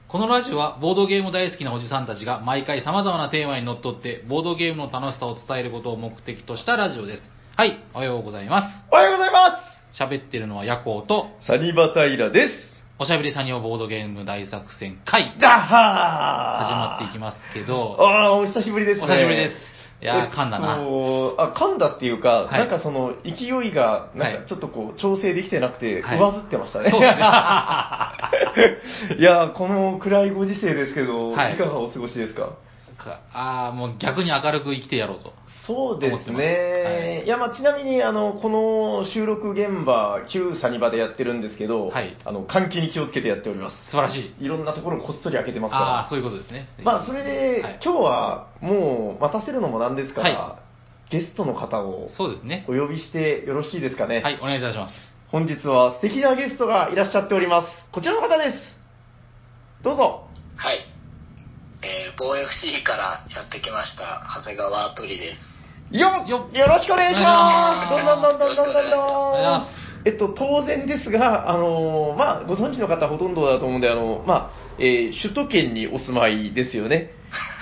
このラジオはボードゲーム大好きなおじさんたちが毎回様々なテーマにのっとってボードゲームの楽しさを伝えることを目的としたラジオです。はい、おはようございます。 おはようございま喋ってるのはヤコウとす。サニバタイラです。 おしゃべりサニバボードゲーム大作戦会だはー始まっていきますけど、 お久しぶりですね。 お久しぶりです。いやー、噛んだな。 噛んだっていうか、 はいなんかその勢いが、なんかちょっとこう、調整できてなくて、 はい上ずってましたね。 そうですね。 いやー、この暗いご時世ですけど、 はいいかがお過ごしですか？ もう逆に明るく生きてやろうと。 そうです思ってますね。いや、まあ、ちなみに、この収録現場、旧サニバでやってるんですけど、 はい換気に気をつけてやっております。 素晴らしい。 いろんなところをこっそり開けてますから。 そういうことですね。 まあ、それで、 はい今日はもう待たせるのもなんですから、 はゲストの方をそうですね。 お呼びしてよろしいですかね。 はい、お願いいたします。 本日は素敵なゲストがいらっしゃっております。こちらの方です。どうぞ。 はい。防 FC からやってきました、長谷川鳥です。 よろしくお願いします。どんどん。 お願いしま当然ですが、まあ、ご存知の方ほとんどだと思うんで、まあ、首都圏にお住まいですよね。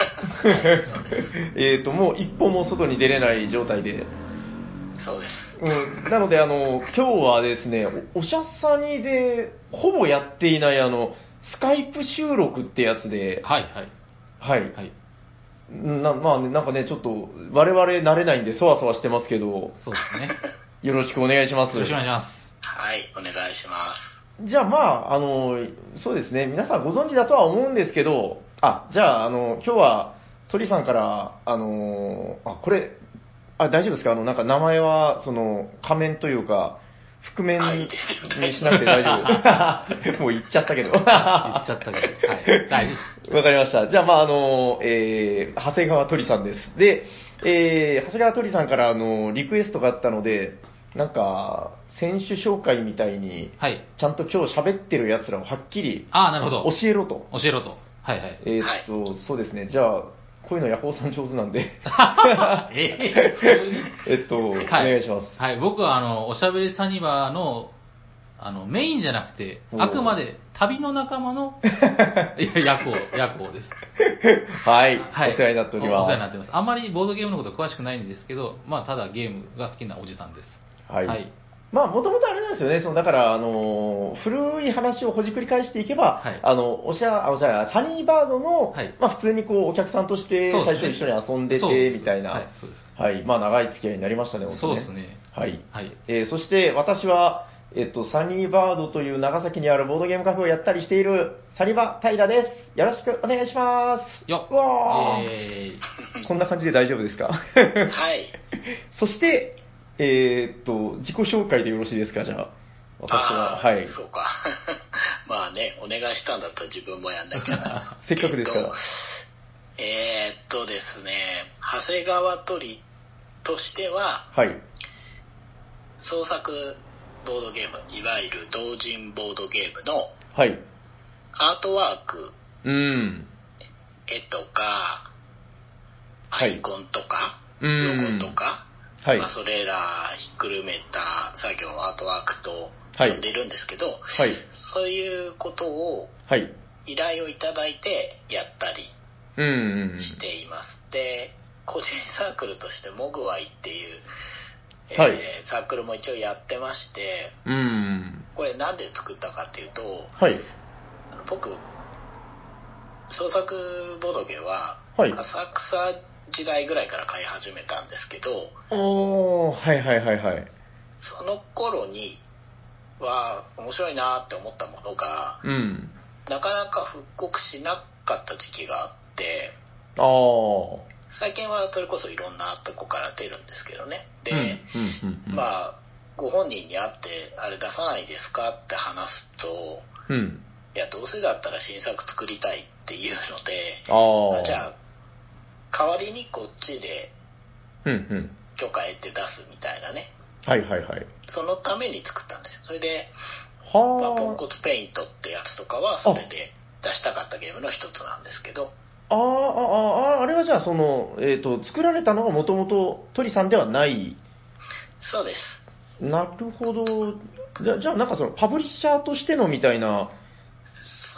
もう一歩も外に出れない状態で。 そうです。 なので、今日はですね、おしゃさにで、ほぼやっていない、スカイプ収録ってやつで、 はい。 はい。 はい。 まあね、なんかね、ちょっと、我々慣れないんで、そわそわしてますけど、 そうですね。 よろしくお願いします。 よろしくお願いします。 はい、お願いします。 じゃあまあ、そうですね、皆さんご存知だとは思うんですけど、じゃあ、今日は、鳥さんから、これ、大丈夫ですか？なんか名前は、仮面というか、覆面にしなくて大丈夫。もう言っちゃったけど。 言っちゃったけど。はい。大丈夫です。 わかりました。じゃあ、まあ、長谷川鳥さんです。で、長谷川鳥さんから、リクエストがあったので、なんか、選手紹介みたいに、 はい。 ちゃんと今日喋ってる奴らをはっきり、 なるほど。 教えろと。 教えろと。はいはい。 そうですね。じゃあ、こういうのヤホーさん上手なんで。 はい。 お願いします。 はい。僕は、おしゃべりサニバーの、メインじゃなくて、あくまで旅の仲間の、ヤコウです。 はい。お世話になっております。 お世話になってます。あんまりボードゲームのこと詳しくないんですけど、まあ、ただゲームが好きなおじさんです。 はい。まあ、もともとあれなんですよね。だから、古い話をほじくり返していけば、 はいサニーバードの、 はいまあ、普通にこう、お客さんとしてそうですね最初一緒に遊んでそうて、みたいな。 はい、そうです。 はい。まあ、長い付き合いになりましたね、本当そうですね。 はい。 はい。 そして私は、サニーバードという長崎にあるボードゲームカフェをやったりしているサニバタイラです。よろしくお願いします。 よっ。 わー。こんな感じで大丈夫ですか？ はい。 そして、自己紹介でよろしいですか？じゃあ。私は、はい。 そうか。まあね、お願いしたんだったら自分もやんなきゃな。 せっかくですから。 ですね、長谷川鳥としては、 はい。 創作ボードゲーム、いわゆる同人ボードゲームのはい。 アートワーク、絵とか、アイコンとか、ロゴとか、 はい。 まあ、それらひっくるめた作業をアートワークと呼んでいるんですけど、 はい。 そういうことをはい。 依頼をいただいてやったりしています。で、個人サークルとしてモグワイっていう、 はい、 サークルも一応やってまして、これなんで作ったかっていうと、 はい、 僕、創作ボドゲは、 はい、 浅草時代ぐらいから買い始めたんですけど、 はいはいはいはい。 その頃には面白いなって思ったものが、なかなか復刻しなかった時期があって、最近はそれこそいろんなとこから出るんですけどね。で、まあ、ご本人に会って、あれ出さないですかって話すと、いや、どうせだったら新作作りたいっていうので、じゃあ、代わりにこっちで、許可得て出すみたいなね。 はいはいはい。 そのために作ったんですよ。それで、まあ、ポンコツペイントってやつとかは、それで出したかったゲームの一つなんですけど、 あれはじゃあ、作られたのがもともと鳥さんではない。 そうです。 なるほど。じゃあ、なんかパブリッシャーとしてのみたいな。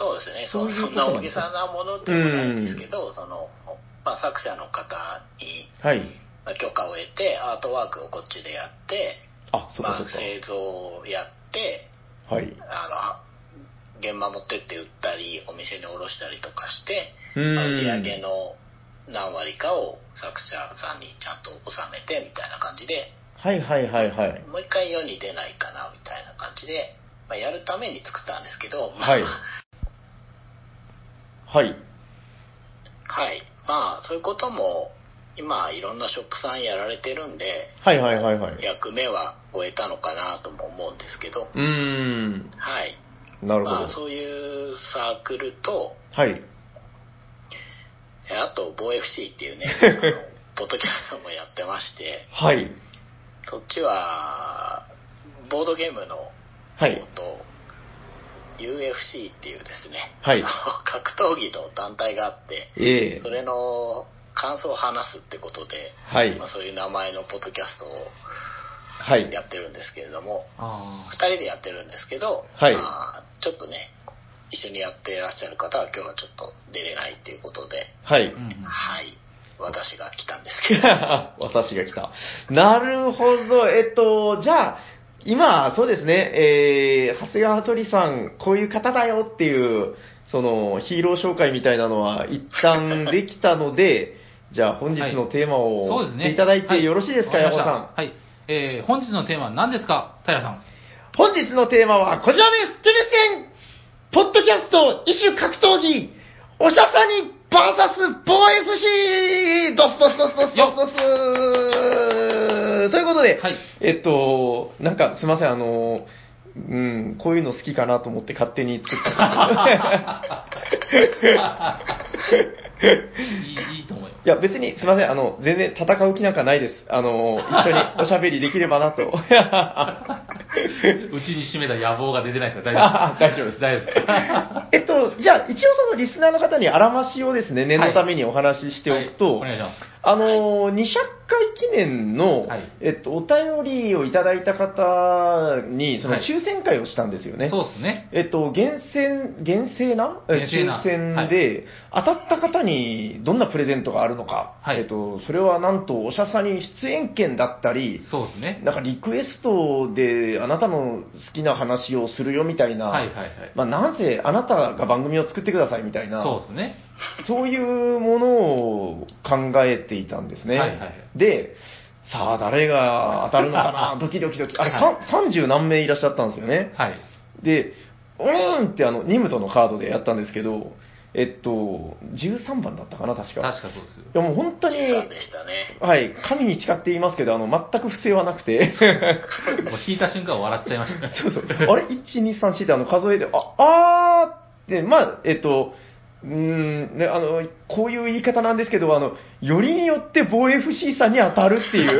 そうですね。そんな大げさなものでもないんですけど、作者の方に、 はい。 許可を得て、アートワークをこっちでやって、製造をやって、 はい。 現場持ってって売ったり、お店に卸したりとかして、売り上げの何割かを作者さんにちゃんと納めてみたいな感じで、 はいはいはいはい。 もう一回世に出ないかなみたいな感じで、やるために作ったんですけど、 はい。はい。 はい。そういうことも、今、いろんなショップさんやられてるんで、 はいはいはいはい。 役目は終えたのかなとも思うんですけど、はい。 なるほど。 そういうサークルと、 はい。 あと、ボー FC っていうね、ポッドキャストもやってまして、 はい。 そっちは、ボードゲームのはい。 UFC っていうですね、 はい、 格闘技の団体があって、それの感想を話すってことで、 はい、 そういう名前のポッドキャストをやってるんですけれども、 2 人でやってるんですけど、 はい、 ちょっとね、一緒にやってらっしゃる方は今日はちょっと出れないっていうことで、 はい、 はい、私が来たんですけど。 私が来た。なるほど。じゃあ、今、そうですね、長谷川鳥さん、こういう方だよっていう、その、ヒーロー紹介みたいなのは一旦できたので、じゃあ本日のテーマを言っていただいてよろしいですか、山本さん。 はい。本日のテーマは何ですか、平さん。 本日のテーマはこちらです。テレス戦ポッドキャスト異種格闘技おしゃさにバーサスボー FC ドスドスドスドスドスドスということで、 はい、 なんかすいません、こういうの好きかなと思って勝手に作った。 いいと思います。 いや、別にすいません、全然戦う気なんかないです。一緒におしゃべりできればなと。 うちに締めた野望が出てないですか？ 大丈夫です。大丈夫です。じゃあ、一応そのリスナーの方にあらましをですね、念のためにお話ししておくと、 お願いします。 200回記念の、お便りをいただいた方に、その抽選会をしたんですよね。 そうですね。 厳正な抽選で、当たった方にどんなプレゼントがあるのか、それはなんと、おしゃさに出演権だったり、 そうですね。 なんかリクエストであなたの好きな話をするよみたいな、なんせあなたが番組を作ってくださいみたいな、 そうですね。 そういうものを考えていたんですね。で、さあ誰が当たるのかな、ドキドキドキ。あれ、30何名いらっしゃったんですよね。で、ってニムトのカードでやったんですけど、13番だったかな、確か。 確かそうですよ。 いやもう本当に、はい、神に誓って言いますけど、全く不正はなくて。 もう引いた瞬間笑っちゃいましたね。 そうそう。あれ ?1、2、3、4って数えで、って、こういう言い方なんですけど、よりによって防 FC さんに当たるっていう、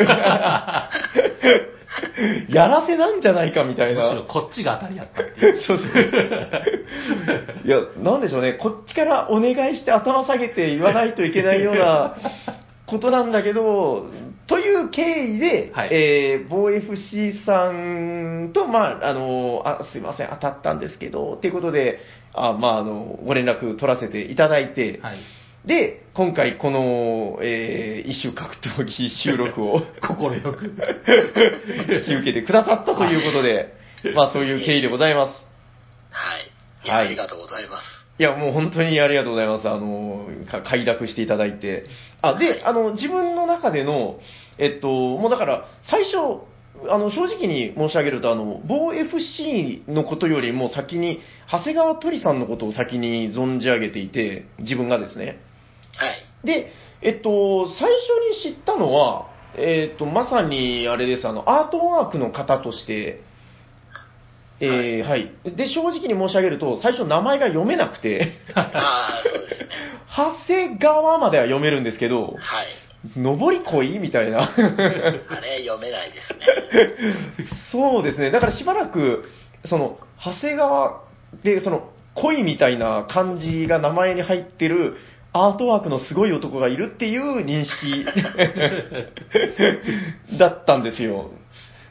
やらせなんじゃないかみたいな。 むしろこっちが当たりやったっていう。 そうそう。いや、なんでしょうね、こっちからお願いして頭下げて言わないといけないようなことなんだけど、という経緯で、防 FC さんと、すいません、当たったんですけど、っていうことで、ご連絡取らせていただいて、で、今回この、異種格闘技収録を心よく引き受けてくださったということで、そういう経緯でございます。 はい。ありがとうございます。 いや、もう本当にありがとうございます。快諾していただいて。で、自分の中での、もうだから、最初、正直に申し上げると、防 FC のことよりも先に、長谷川鳥さんのことを先に存じ上げていて、自分がですね。で、最初に知ったのは、まさにあれです、アートワークの方として、で、正直に申し上げると、最初名前が読めなくて、 そうですね。 長谷川までは読めるんですけど、上り恋みたいな。 あれ読めないですね。 そうですね。だからしばらく、長谷川で、恋みたいな漢字が名前に入ってるアートワークのすごい男がいるっていう認識だったんですよ。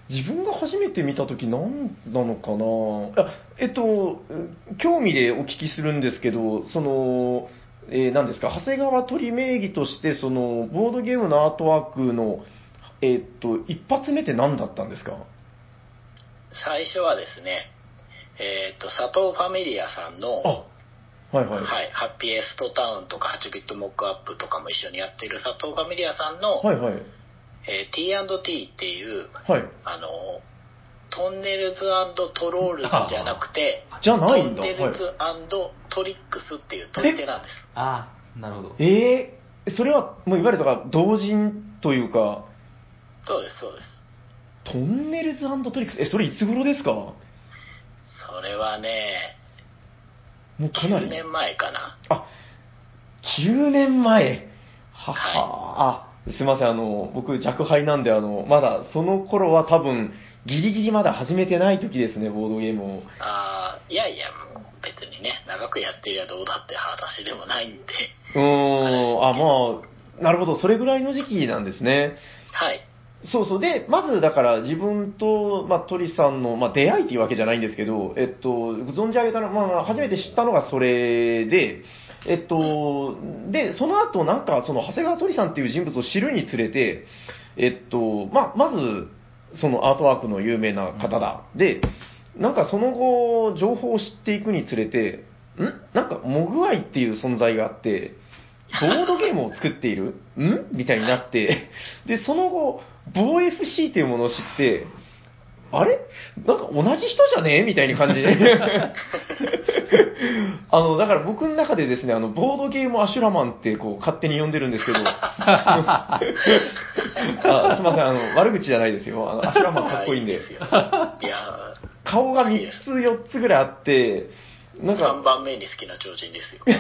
自分が初めて見たとき何なのかな。興味でお聞きするんですけど、何ですか、長谷川鳥名義として、ボードゲームのアートワークの、一発目って何だったんですか？ 最初はですね、佐藤ファミリアさんの、 はいはい。 はい、ハッピーエストタウンとか8ビットモックアップとかも一緒にやっている佐藤ファミリアさんの、 はいはい。 T&T っていう、 はい、 トンネルズトロールズじゃなくて、 じゃないんだ。 トンネルズトリックスっていう取り手なんです。 ああ、なるほど。 それは、もういわゆる同人というか。 そうです、そうです。 トンネルズトリックス、それいつ頃ですか？ それはね、 もうかなり。 9年前かな。 あ、9年前。 はい。 すいません、僕、若輩なんで、まだ、その頃は多分、ギリギリまだ始めてない時ですね、ボードゲームを。 いやいや、もう別にね、長くやってりゃどうだって話でもないんで。 まあ、なるほど、それぐらいの時期なんですね。 はい。 そうそう。で、まずだから自分と、鳥さんの、出会いというわけじゃないんですけど、存じ上げたの、初めて知ったのがそれで、で、その後なんか、長谷川鳥さんっていう人物を知るにつれて、まず、そのアートワークの有名な方だ。で、なんかその後、情報を知っていくにつれて、なんか、モグアイっていう存在があって、ボードゲームを作っているみたいになって、で、その後、ボー FC っていうものを知って、あれなんか同じ人じゃねみたいな感じで。だから僕の中でですね、ボードゲームアシュラマンってこう勝手に呼んでるんですけど、すいません、悪口じゃないですよ。アシュラマンかっこいいんで。顔が3つ4つぐらいあって、 なんか3番目に好きな超人ですよ。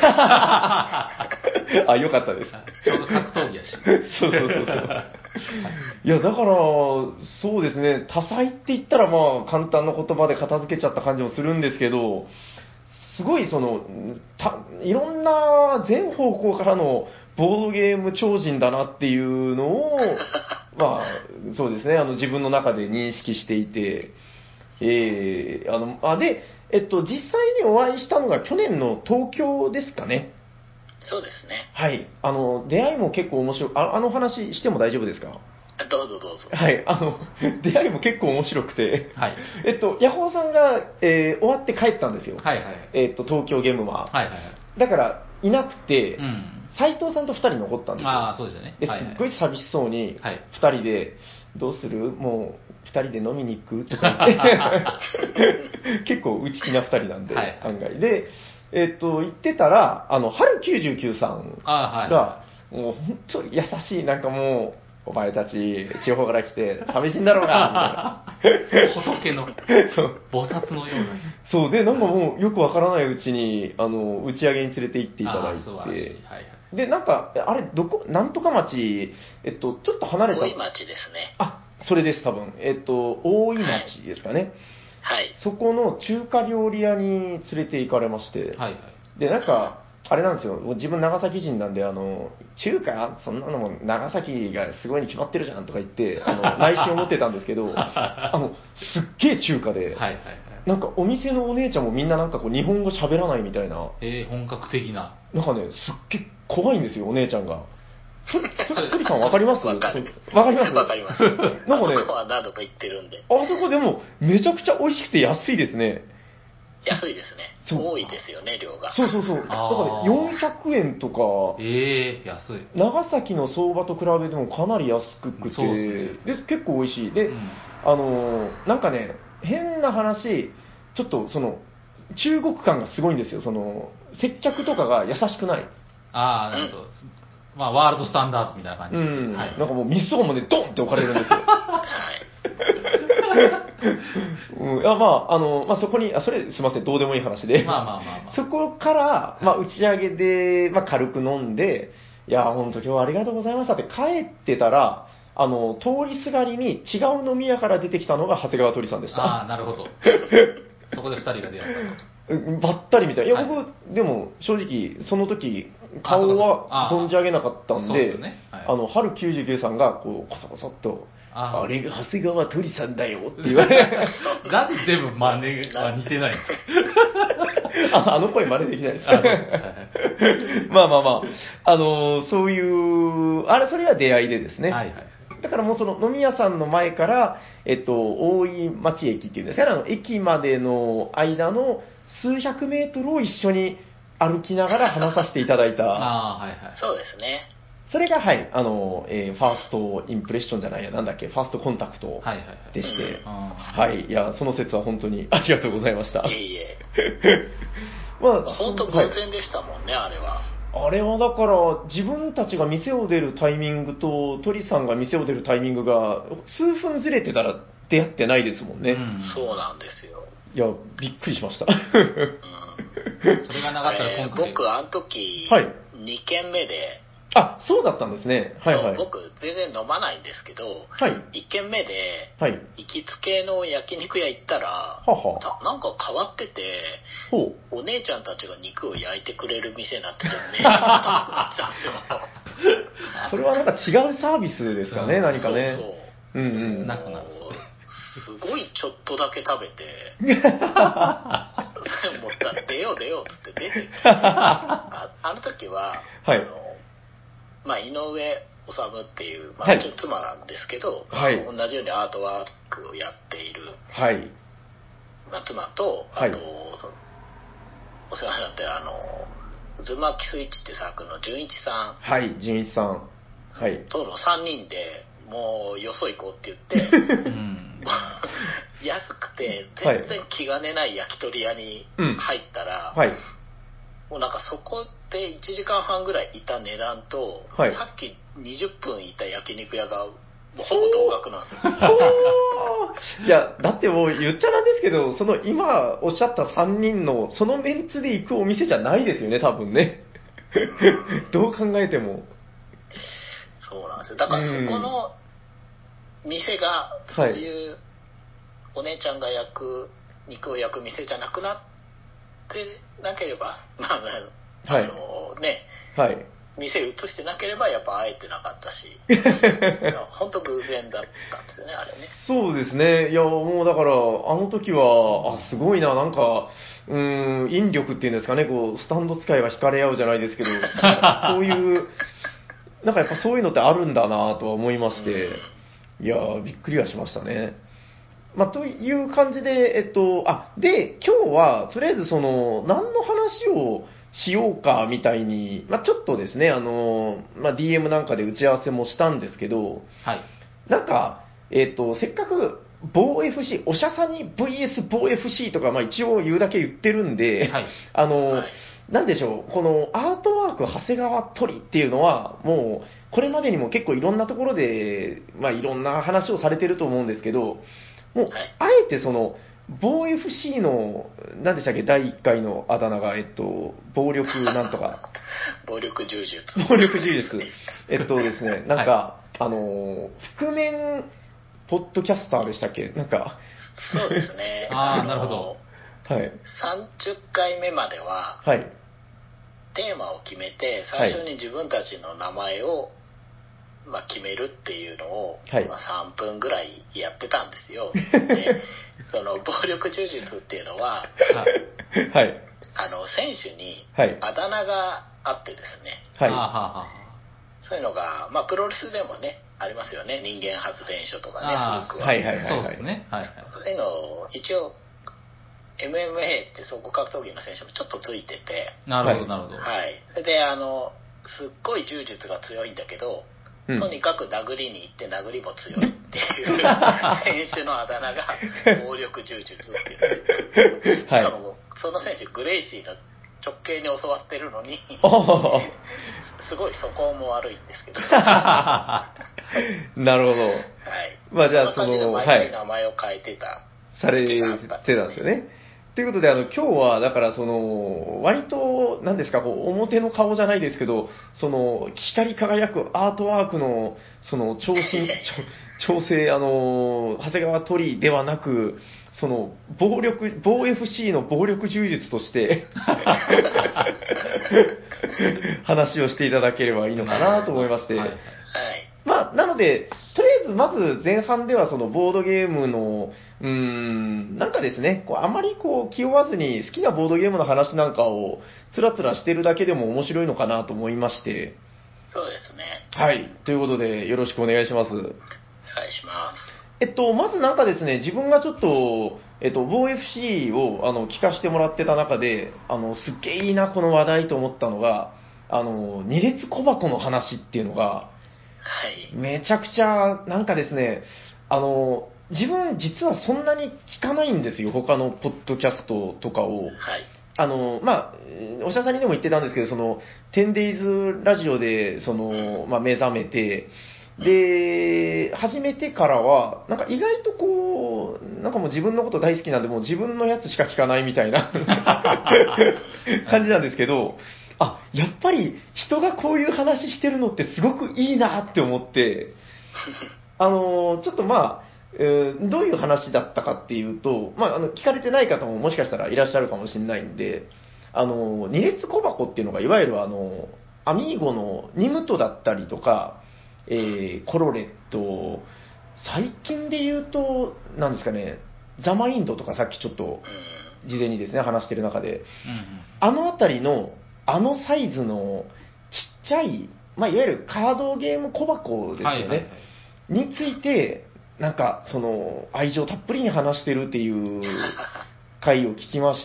よかったです。 ちょうど格闘技やし。 そう。いや、だから、そうですね、多彩って言ったら簡単な言葉で片付けちゃった感じもするんですけど、すごいいろんな全方向からのボードゲーム超人だなっていうのを、そうですね、自分の中で認識していて、で、実際にお会いしたのが去年の東京ですかね。 そうですね。 はい。出会いも結構面白い。話しても大丈夫ですか？ どうぞ。 はい。出会いも結構面白くて。 はい。 ヤホーさんが、終わって帰ったんですよ。 はいはい。 東京ゲームは。 はいはい。 だから、いなくて、 うん。 斉藤さんと2人残ったんですよ。 そうですよね。 すっごい寂しそうに、2人で、どうする？もう、2人で飲みに行くとか言って、結構内気な2人なんで、案外。で、言ってたら、春99さんが、もう本当に優しい、なんかもう、お前たち、地方から来て、寂しいんだろうが、みたいな。 仏の、菩薩のような。 そう、で、なんかもう、よくわからないうちに、打ち上げに連れて行っていただいて、で、なんか、あれ、なんとか町、ちょっと離れた。 大井町ですね。 それです、多分。大井町ですかね。 はい。 そこの中華料理屋に連れて行かれまして、で、なんか、あれなんですよ、自分長崎人なんで、中華そんなのも長崎がすごいに決まってるじゃんとか言って、内心思ってたんですけど、すっげえ中華で、なんかお店のお姉ちゃんもみんななんかこう日本語喋らないみたいな。 本格的な。 なんかね、すっげえ怖いんですよ、お姉ちゃんが。鳥さんわかります？ わかります。 なんかね、 あそこは何度か行ってるんで。 あそこでもめちゃくちゃ美味しくて安いですね。 安いですね。多いですよね、量が。 そう。だから400円とか、 安い。 長崎の相場と比べてもかなり安くて、で結構美味しい。で、なんかね、変な話、ちょっと中国感がすごいんですよ。接客とかが優しくない。 なるほど。ワールドスタンダードみたいな感じで。 なんかもう水とかもね、ドンって置かれるんですよ。そこに、それすいません、どうでもいい話で。そこから、打ち上げで、軽く飲んで、いや、本当今日はありがとうございましたって帰ってたら、通りすがりに違う飲み屋から出てきたのが長谷川鳥さんでした。 なるほど。そこで2人が出会ったと。 ばったりみたい。いや、僕、でも、正直、その時、顔は存じ上げなかったんで、春99さんが、こう、こそこそっと、 あれが長谷川鳥さんだよって言われる。 なんで全部真似が似てないのあの声真似できないです。まあまあまあ、そういう、それが出会いでですね。 はいはい。 だからもうその飲み屋さんの前から、大井町駅っていうんですかね、駅までの間の数百メートルを一緒に歩きながら話させていただいた。 はいはい。 そうですね。 それが、はい、ファーストインプレッションじゃないや、なんだっけ、ファーストコンタクトでして、はい、いや、その説は本当にありがとうございました。 いえいえ。まあ、本当偶然でしたもんね、はい、あれは。 あれはだから、自分たちが店を出るタイミングと、鳥さんが店を出るタイミングが、数分ずれてたら出会ってないですもんね。 そうなんですよ。 いや、びっくりしました。 それがなかったら今回、 僕、あの時、 はい、 2軒目で、 あ、そうだったんですね。はいはい。 僕、全然飲まないんですけど、 はい、 1軒目で、 はい、 行きつけの焼肉屋行ったら、なんか変わってて、お姉ちゃんたちが肉を焼いてくれる店になってて、めっちゃ高くなってたんですよ。 それはなんか違うサービスですかね、何かね。 そう。 うんうん。 なくなる。 すごいちょっとだけ食べて、もった出ようっつって出てきて、あの時は、 はい、 まあ、井上治っていう、まあ、 はい、 妻なんですけど、 はい、 同じようにアートワークをやっている、 はい、 まあ、妻と、あと、はい、お世話になってる渦巻きスイッチってサークルの純一さん、 はい、純一さん、はい、 との3人でもうよそ行こうって言って、安くて全然気兼ねない焼き鳥屋に入ったら、 はい、 もうなんかそこで1時間半ぐらいいた値段と、 はい、 さっき20分いた焼肉屋がもうほぼ同額なんですよ。 いや、だってもう言っちゃなんですけど、その今おっしゃった3人のそのメンツで行くお店じゃないですよね、多分ね。どう考えても。 そうなんですよ。だからそこの店がそういうお姉ちゃんが肉を焼く店じゃなくなってなければ、まあはい、 ね、 はい、 店移してなければやっぱ会えてなかったし、本当偶然だったんですよね、あれね。 そうですね。いや、もうだから、あの時は、すごいな、なんか、引力っていうんですかね、こう、スタンド使いが惹かれ合うじゃないですけど、そういう、なんかやっぱそういうのってあるんだなとは思いまして、いやびっくりはしましたね。まあ、という感じで、で、今日は、とりあえずその、何の話をしようか、みたいに、まあ、ちょっとですね、まあ、DM なんかで打ち合わせもしたんですけど、 はい。 なんか、せっかく、某 FC、おしゃさに VS 某 FC とか、まあ一応言うだけ言ってるんで、 はい、 なんでしょう、このアートワーク長谷川鳥っていうのは、もう、これまでにも結構いろんなところで、まあいろんな話をされてると思うんですけど、もう、あえてその、某 FC の、何でしたっけ、第1回のあだ名が、暴力なんとか。 暴力柔術。 暴力柔術。ですね、なんか、はい、覆面、ポッドキャスターでしたっけなんか。 そうですね。 なるほど。 はい。 30回目までは、 はい。 テーマを決めて、最初に自分たちの名前を、まあ、決めるっていうのを、 はい、 まあ、3分ぐらいやってたんですよ。で、その暴力柔術っていうのは、 はい。 選手にあだ名があってですね。 はい。 そういうのが、まあ、プロレスでもね、ありますよね。人間発電所とかね、古くは。 はいはいはい、はい。 そうですね。はい、はい。 そういうのを、一応、MMA って総合格闘技の選手もちょっとついてて。 なるほど、なるほど。 はい。それで、すっごい柔術が強いんだけど、とにかく殴りに行って殴りも強いっていう選手のあだ名が暴力柔術っていう。しかも、その選手、グレイシーの直系に教わってるのに、すごい素行も悪いんですけど。 なるほど。はい。 まあじゃあその、毎回名前を変えてた、 されてたんですよね。ということで、今日は、だから、その、割と、なんですか、こう、表の顔じゃないですけど、その、光り輝くアートワークの、その、調整、長谷川鳥ではなく、その、某 FC の暴力柔術として、話をしていただければいいのかなと思いまして。はい。まあ、なので、とりあえまず前半ではそのボードゲームの、なんかですね、あまり気負わずに好きなボードゲームの話なんかをつらつらしてるだけでも面白いのかなと思いまして。 そうですね。 はい。ということで、よろしくお願いします。お願いします。 まずなんかですね、自分がちょっと、VOFC を聞かせてもらってた中で、すっげえいいな、この話題と思ったのが、二列小箱の話っていうのが、 はい。 めちゃくちゃ、なんかですね、自分実はそんなに聞かないんですよ、他のポッドキャストとかを。 はい。 まあ、おしゃさんにでも言ってたんですけど、10days ラジオで、目覚めて、で、始めてからは、なんか意外となんかもう自分のこと大好きなんで、もう自分のやつしか聞かないみたいな感じなんですけど、やっぱり人がこういう話してるのってすごくいいなって思って、ちょっとまあ、どういう話だったかっていうと、まあ、聞かれてない方ももしかしたらいらっしゃるかもしれないんで、二列小箱っていうのが、いわゆるアミーゴのニムトだったりとか、コロレット、最近で言うと、なんですかね、ザマインドとかさっきちょっと事前にですね、話してる中で、あのあたりの、サイズのちっちゃい、まあ、いわゆるカードゲーム小箱ですよね、はいはいはい、について、なんか、愛情たっぷりに話してるっていう回を聞きまして、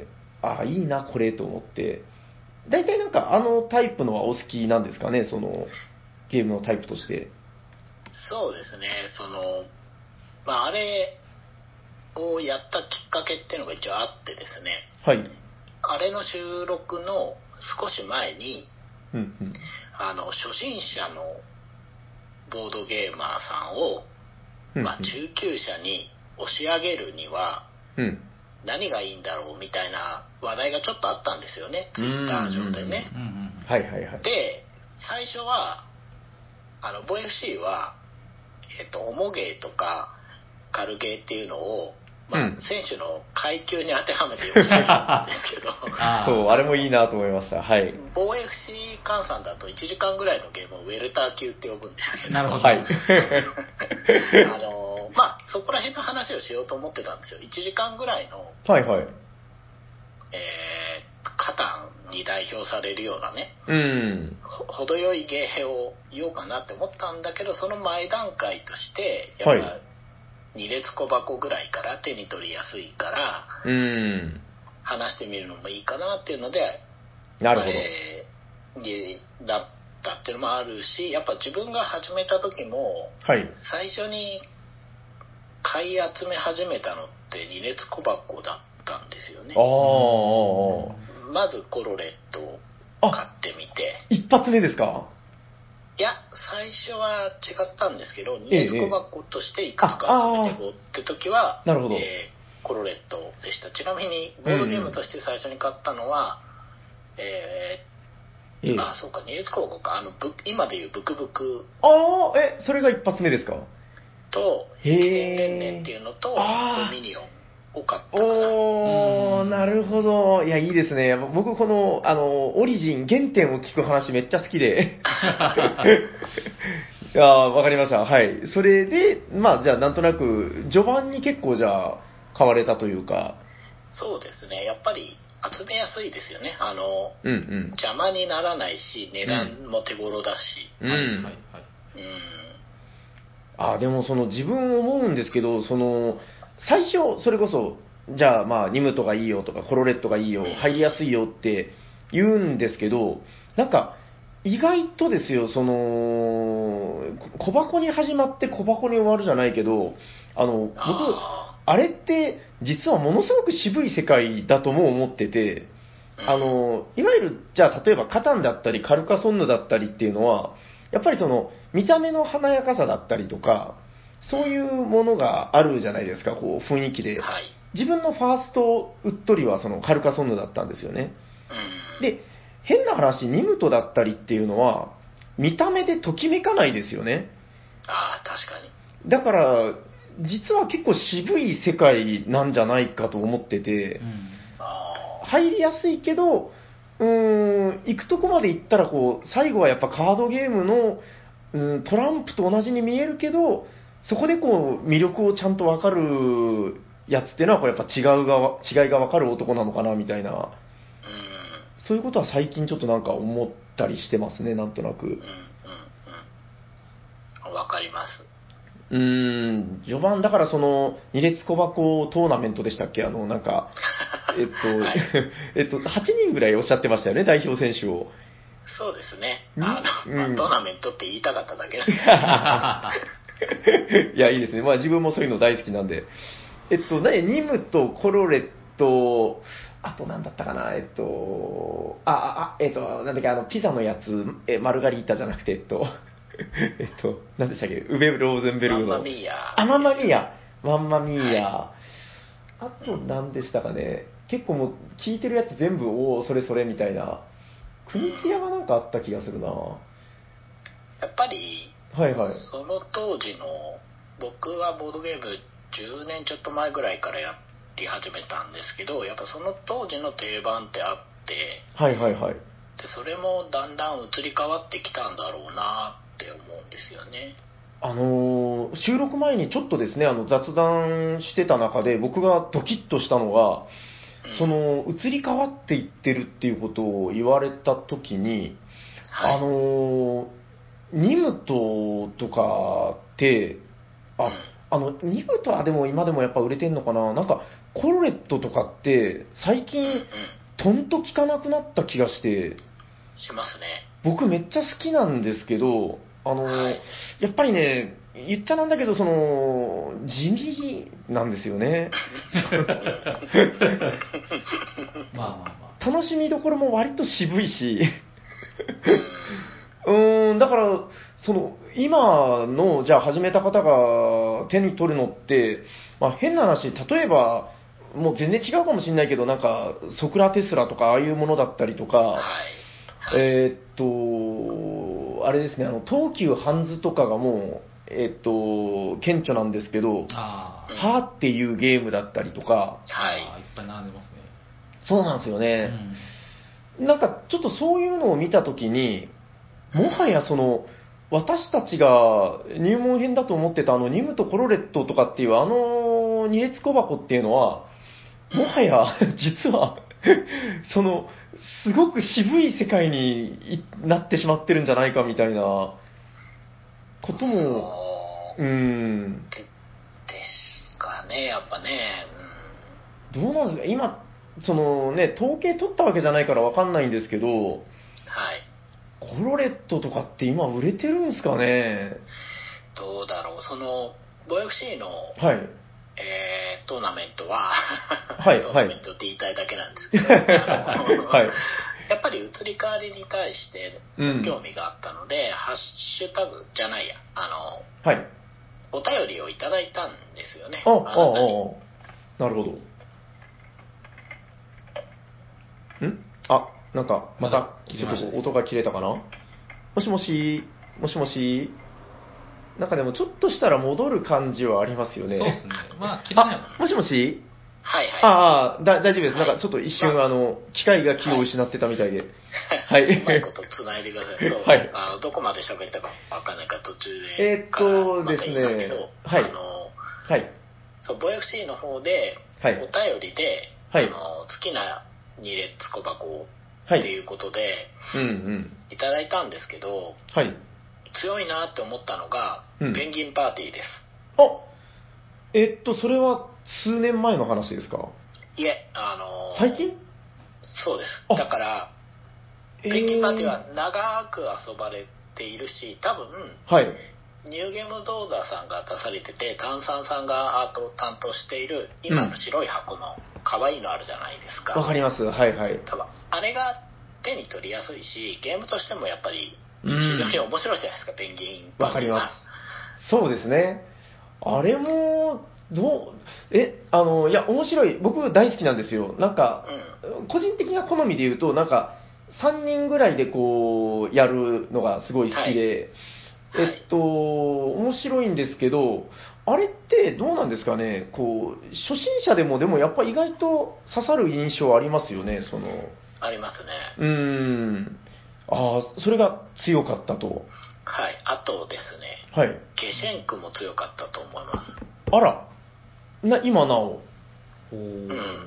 いいな、これと思って、大体なんか、タイプのはお好きなんですかね、ゲームのタイプとして。 そうですね、まあ、あれをやったきっかけっていうのが一応あってですね、 はい。 あれの収録の少し前に、 うんうん、 初心者のボードゲーマーさんを、まあ、中級者に押し上げるには、何がいいんだろうみたいな話題がちょっとあったんですよね、ツイッター上でね。 はいはいはい。 で、最初は、ボ FC は、重ゲーとか軽ゲーっていうのを、まあ、選手の階級に当てはめてよくしてるんですけどそう、あれもいいなと思いました。はい。 防 FC 換算だと1時間ぐらいのゲームをウェルター級って呼ぶんですけど。 なるほど。 はい。 まあ、そこら辺の話をしようと思ってたんですよ。1時間ぐらいの、 はいはい。 カタンに代表されるようなね、程よいゲーを言おうかなって思ったんだけど、その前段階として、やっぱ、2列小箱ぐらいから手に取りやすいから、話してみるのもいいかなっていうので、 なるほど。 になったっていうのもあるし、やっぱ自分が始めた時も、 はい、 最初に買い集め始めたのって2列小箱だったんですよね。まずコロレットを買ってみて。 一発目ですか？ いや、最初は違ったんですけど、2列小箱としていくつか集めていこうって時は、 なるほど。 コロレットでした。ちなみに、ボードゲームとして最初に買ったのは、そうか、2列小箱か。今でいうブクブク。 それが一発目ですか？ と、激戦連年っていうのと、ドミニオン。買ったかな。 なるほど。いや、いいですね。僕、この、オリジン、原点を聞く話めっちゃ好きで。いや、わかりました。はい。それで、まあ、じゃあ、なんとなく、序盤に結構、じゃあ、買われたというか。 そうですね。やっぱり、集めやすいですよね。邪魔にならないし、値段も手頃だし。 でも、自分思うんですけど、最初、それこそ、じゃあまあ、ニムトがいいよとか、コロレットがいいよ、入りやすいよって言うんですけど、なんか、意外とですよ、小箱に始まって小箱に終わるじゃないけど、僕、あれって、実はものすごく渋い世界だとも思ってて、いわゆる、じゃあ例えばカタンだったり、カルカソンヌだったりっていうのは、やっぱり見た目の華やかさだったりとか、そういうものがあるじゃないですか、こう雰囲気で。 はい、 自分のファーストウッドリはカルカソンヌだったんですよね。で、変な話、ニムトだったりっていうのは、見た目でときめかないですよね。 確かに。 だから、実は結構渋い世界なんじゃないかと思ってて、入りやすいけど、行くとこまで行ったら最後はやっぱカードゲームの、 トランプと同じに見えるけど、そこでこう、魅力をちゃんとわかるやつっていうのは、これやっぱ違いがわかる男なのかな、みたいな。そういうことは最近ちょっとなんか思ったりしてますね、なんとなく。 わかります。 序盤、だからその、二列小箱トーナメントでしたっけなんか、はい、8人ぐらいおっしゃってましたよね、代表選手を。 そうですね。トーナメントって言いたかっただけなんです。いや、いいですね。まあ自分もそういうの大好きなんで。ニムとコロレット、あと何だったかな、なんだっけ、ピザのやつ、マルガリータじゃなくて、何でしたっけ、ウベ・ローゼンベルグの。 マンマミーヤ。 マンマミーヤ。マンマミーヤ。はい、あと何でしたかね、結構もう聞いてるやつ全部、それそれみたいな。国木屋がなんかあった気がするな。 やっぱり、 はいはい。 その当時の、僕はボードゲーム10年ちょっと前ぐらいからやり始めたんですけど、やっぱその当時の定番ってあって、 はいはいはい。 でそれもだんだん移り変わってきたんだろうなって思うんですよね。 収録前にちょっとですね、雑談してた中で僕がドキッとしたのが、その移り変わっていってるっていうことを言われたときに、はい、ニムトとかって、ニムトはでも今でもやっぱ売れてんのかな、なんかコロレットとかって最近とんと聞かなくなった気がしてしますね。 僕めっちゃ好きなんですけど、はい、やっぱりね、言っちゃなんだけど、地味なんですよね。 まあまあまあ。楽しみどころも割と渋いし。だから、今の、じゃあ始めた方が手に取るのって、まあ変な話、例えば、もう全然違うかもしれないけど、なんか、ソクラテスラとか、ああいうものだったりとか、はい、あれですね、東急ハンズとかがもう、顕著なんですけど、はーっていうゲームだったりとか、 はい。 いっぱい並んでますね。 そうなんですよね。なんか、ちょっとそういうのを見たときに、もはや私たちが入門編だと思ってたニムとコロレットとかっていう二列小箱っていうのは、もはや実はすごく渋い世界になってしまってるんじゃないかみたいなことも、 ですかね、やっぱね。 どうなんですか、今、統計取ったわけじゃないからわかんないんですけど、はい。コロレットとかって今売れてるんですかね。 どうだろう、ボ FC の、 はい。 トーナメントは、 はい、 トーナメントって言いたいだけなんですけど、はい、やっぱり移り変わりに対して興味があったので、ハッシュタグじゃないや、はい、お便りをいただいたんですよね。 なるほど。なんか、また、ちょっと音が切れたかな。もしもし、もしもし。なんかでもちょっとしたら戻る感じはありますよね。 そうですね。まあ、切れないもしもしはいはい。 大丈夫です。なんかちょっと一瞬、機械が気を失ってたみたいで。 はい。うまいこと繋いでください。そう。はい。どこまで喋ったかわかんないから途中で。 ですね。 はい。はい。そう、ボ FC の方で、お便りで、はい。好きな二列小箱っていうことで、いただいたんですけど、はい。強いなって思ったのが、ペンギンパーティーです。 それは数年前の話ですか？ いえ、 最近？ そうです。だから、ペンギンパーティーは長く遊ばれているし、多分、はい。ニューゲームドーダーさんが出されてて、炭酸さんがアートを担当している、今の白い箱の可愛いのあるじゃないですか。 わかります。はいはい。 多分、あれが手に取りやすいし、ゲームとしてもやっぱり、非常に面白いじゃないですか、ペンギンパーティーは。 わかります。そうですね。あれも、いや、面白い。僕大好きなんですよ。なんか、個人的な好みで言うと、なんか、3人ぐらいでこう、やるのがすごい好きで、はい、面白いんですけど、あれってどうなんですかね、こう、初心者でもでもやっぱ意外と刺さる印象ありますよね、 ありますね。 それが強かったと。 はい。あとですね、 はい。 ゲシェンクも強かったと思います。 あら、今なお。 うん。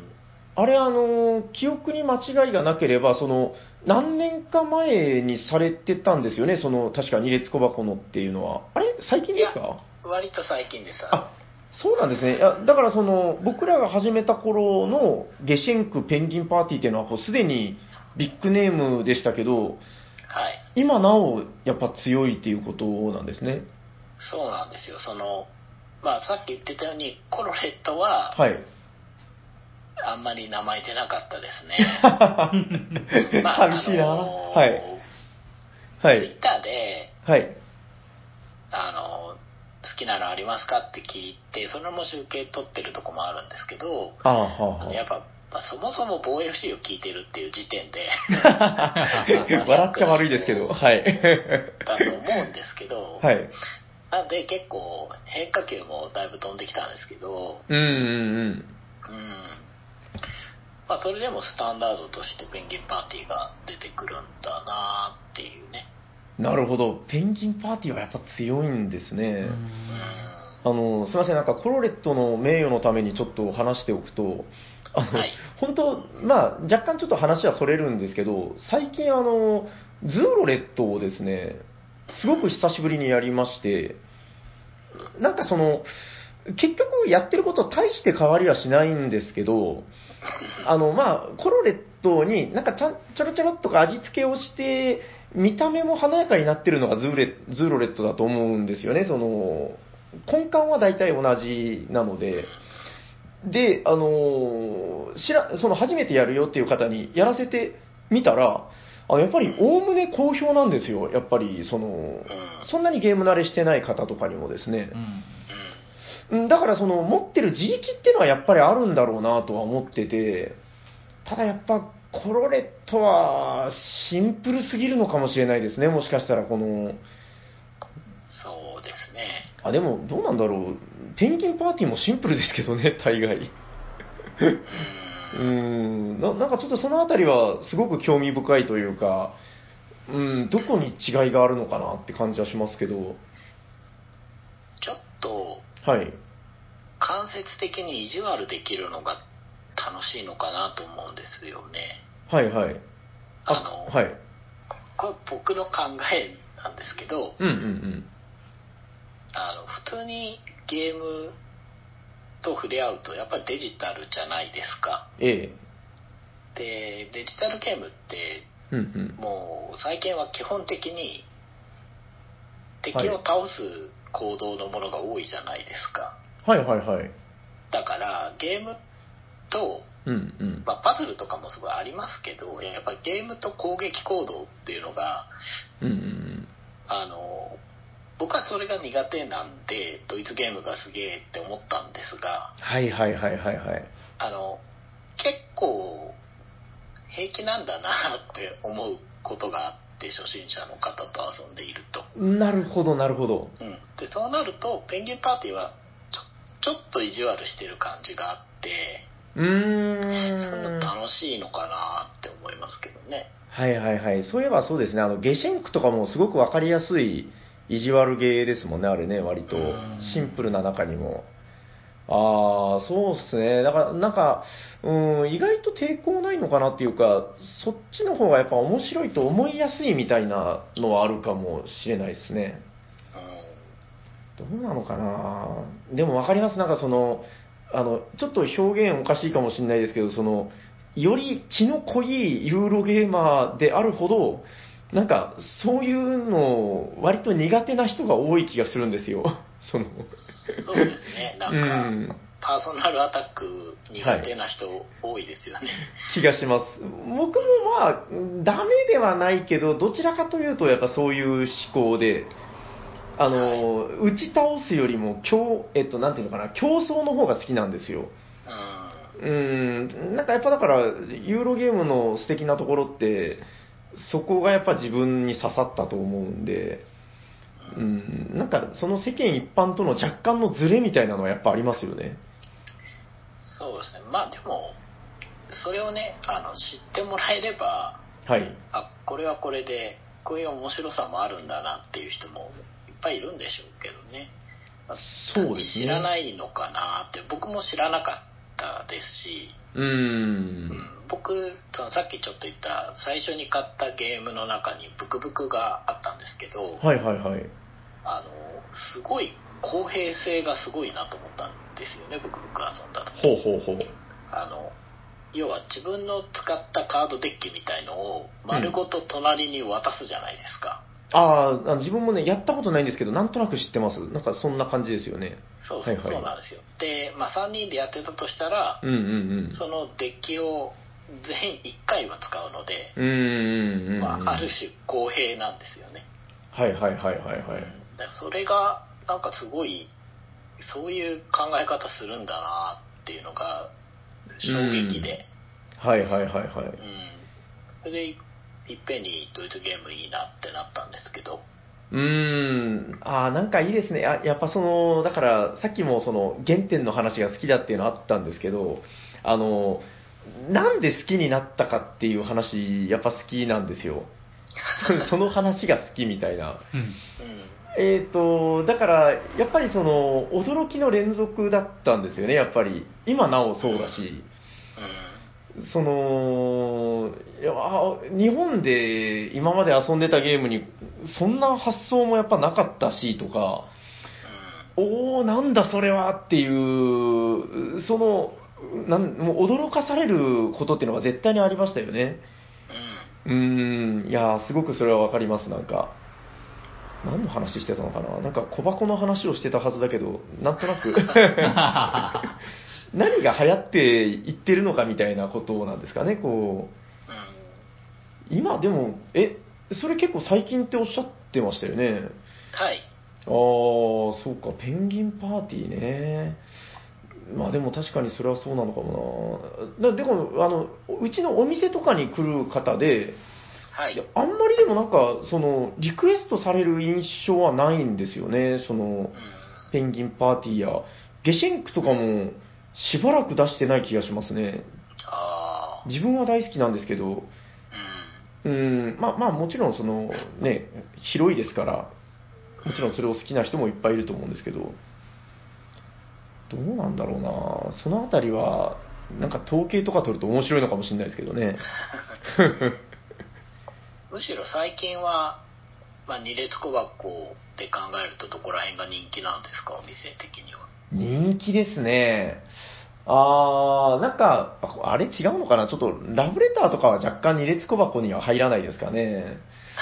あれ、記憶に間違いがなければ、何年か前にされてたんですよね、確か二列小箱のっていうのは。あれ最近ですか？ 割と最近です。 あ、そうなんですね。いやだから僕らが始めた頃のゲシェンクペンギンパーティーっていうのは、すでにビッグネームでしたけど、 はい。 今なお、やっぱ強いっていうことなんですね。 そうなんですよ。まあ、さっき言ってたように、コロレットは、 はい。 あんまり名前出なかったですね。まあ、 寂しいな。はい。はい。 ツイッターで、 はい。 好きなのありますかって聞いて、それも集計取ってるとこもあるんですけど、 ああ、はあ、 やっぱ、まあ、そもそも防 FC を聞いてるっていう時点で笑っちゃ悪いですけど、はい。 だと思うんですけど、 はい。 なんで結構変化球もだいぶ飛んできたんですけど、 うんうんうん。 まあ、それでもスタンダードとしてペンギンパーティーが出てくるんだなっていうね。 なるほど。ペンギンパーティーはやっぱ強いんですね。すいません、なんかコロレットの名誉のためにちょっと話しておくと、 はい、 本当、まあ、若干ちょっと話はそれるんですけど、最近ズーロレットをですね、すごく久しぶりにやりまして、なんか結局やってること大して変わりはしないんですけど、まあ、コロレットになんかちょろちょろっとか味付けをして、見た目も華やかになってるのがズーロレットだと思うんですよね。根幹は大体同じなので。で、初めてやるよっていう方にやらせてみたら、やっぱりおおむね好評なんですよ。やっぱり、そんなにゲーム慣れしてない方とかにもですね。だから持ってる自力っていうのはやっぱりあるんだろうなとは思ってて、ただやっぱコロレットはシンプルすぎるのかもしれないですね、もしかしたらそうですね。 でもどうなんだろう、ペンギンパーティーもシンプルですけどね、大概。なんかちょっとそのあたりはすごく興味深いというか、どこに違いがあるのかなって感じはしますけど。 ちょっと、 はい。 間接的に意地悪できるのが楽しいのかなと思うんですよね。 はいはい。はい。 これ僕の考えなんですけど、普通にゲームと触れ合うとやっぱりデジタルじゃないですか。 で、 デジタルゲームって、もう最近は基本的に敵を倒す行動のものが多いじゃないですか。 はいはいはい。 だからゲームと、まあ、パズルとかもすごいありますけど、やっぱりゲームと攻撃行動っていうのが、僕はそれが苦手なんで、ドイツゲームがすげえって思ったんですが、 はいはいはいはいはい。 結構平気なんだなって思うことがあって、初心者の方と遊んでいると。 なるほどなるほど。 でそうなるとペンギンパーティーはちょっと意地悪してる感じがあって、そういうの楽しいのかなって思いますけどね。 はいはいはい。そういえばそうですね、ゲシェンクとかもすごくわかりやすい意地悪ゲーですもんね、あれね、割と。シンプルな中にも。そうっすね。だから、なんか、意外と抵抗ないのかなっていうか、そっちの方がやっぱ面白いと思いやすいみたいなのはあるかもしれないですね。どうなのかな。でもわかります。なんかちょっと表現おかしいかもしれないですけど、より血の濃いユーロゲーマーであるほど、なんか、そういうの、割と苦手な人が多い気がするんですよ。 そうですね。なんか、パーソナルアタック苦手な人多いですよね。 気がします。僕もまあ、ダメではないけど、どちらかというと、やっぱそういう思考で、打ち倒すよりも、なんていうのかな、競争の方が好きなんですよ。なんかやっぱだから、ユーロゲームの素敵なところって、そこがやっぱ自分に刺さったと思うんで、なんかその世間一般との若干のズレみたいなのはやっぱありますよね。 そうですね。まあでも、それをね、知ってもらえれば、 はい。 これはこれで、こういう面白さもあるんだなっていう人もぱいいるんでしょうけどね。 そうですね。 知らないのかなって、僕も知らなかったですし、僕、さっきちょっと言った最初に買ったゲームの中にブクブクがあったんですけど、 はいはいはい。 すごい公平性がすごいなと思ったんですよね、ブクブク遊んだ時。 ほうほうほう。 要は自分の使ったカードデッキみたいのを丸ごと隣に渡すじゃないですか。 自分もね、やったことないんですけど、なんとなく知ってます。なんかそんな感じですよね。 そうそう、そうなんですよ。で、3人でやってたとしたら、そのデッキを全員1回は使うので、ある種公平なんですよね。 はいはいはいはいはい。 それが、なんかすごい、そういう考え方するんだなっていうのが衝撃で。 はいはいはいはい。 それで、いっぺんにドイツゲームいいなってなったんですけど。 なんかいいですね。やっぱだからさっきも原点の話が好きだっていうのあったんですけど、なんで好きになったかっていう話、やっぱ好きなんですよ。その話が好きみたいな。だから、やっぱり驚きの連続だったんですよね、やっぱり。今なおそうだし。日本で今まで遊んでたゲームにそんな発想もやっぱなかったしとか、なんだそれはっていう、もう驚かされることっていうのが絶対にありましたよね。いやすごくそれはわかります。なんか何の話してたのかな、なんか小箱の話をしてたはずだけど、なんとなく何が流行っていってるのかみたいなことなんですかね、今でも、それ結構最近っておっしゃってましたよね。 はい。 そうか、ペンギンパーティーね。でも確かにそれはそうなのかもな。でも、うちのお店とかに来る方で、 はい、 あんまりでもなんか、リクエストされる印象はないんですよね。ペンギンパーティーや、ゲシェンクとかもしばらく出してない気がしますね。自分は大好きなんですけど、もちろん広いですから、もちろんそれを好きな人もいっぱいいると思うんですけど、どうなんだろうな、そのあたりは、なんか統計とか取ると面白いのかもしれないですけどね。 むしろ最近は、二列小箱で考えるとどこら辺が人気なんですか、お店的には。 人気ですね。なんか、あれ違うのかな、ちょっとラブレターとかは若干二列小箱には入らないですかね。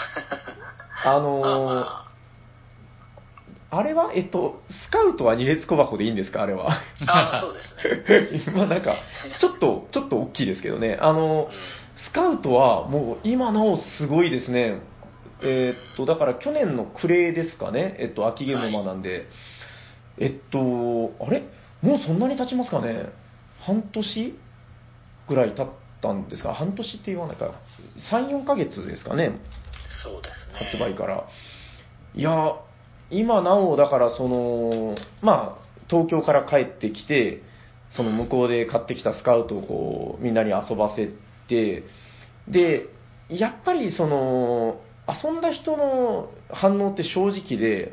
あれは、スカウトは二列小箱でいいんですか、あれは。 そうですね。 なんか、ちょっと大きいですけどね。スカウトはもう今なおすごいですね。だから去年の暮れですかね。秋ゲームマなんで。あれもうそんなに経ちますかね。半年ぐらい経ったんですか。半年って言わないか。3、4ヶ月ですかね。 そうですね。 発売から。いや、今なお、だから東京から帰ってきて、その向こうで買ってきたスカウトをみんなに遊ばせて、で、やっぱり遊んだ人の反応って正直で、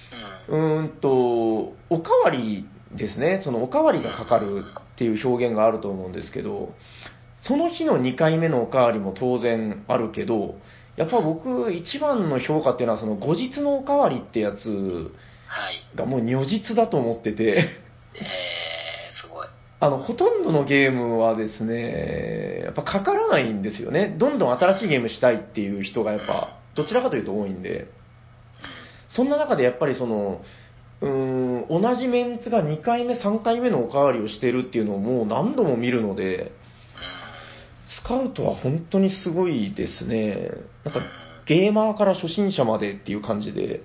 おかわりですね、おかわりがかかるっていう表現があると思うんですけど、その日の2回目のおかわりも当然あるけど、やっぱ僕一番の評価っていうのは後日のおかわりってやつがもう如実だと思ってて、 すごい。 ほとんどのゲームはですね、やっぱかからないんですよね。どんどん新しいゲームしたいっていう人がやっぱどちらかというと多いんで、そんな中でやっぱり同じメンツが2回目、3回目のおかわりをしてるっていうのをもう何度も見るので、スカウトは本当にすごいですね。なんかゲーマーから初心者までっていう感じで、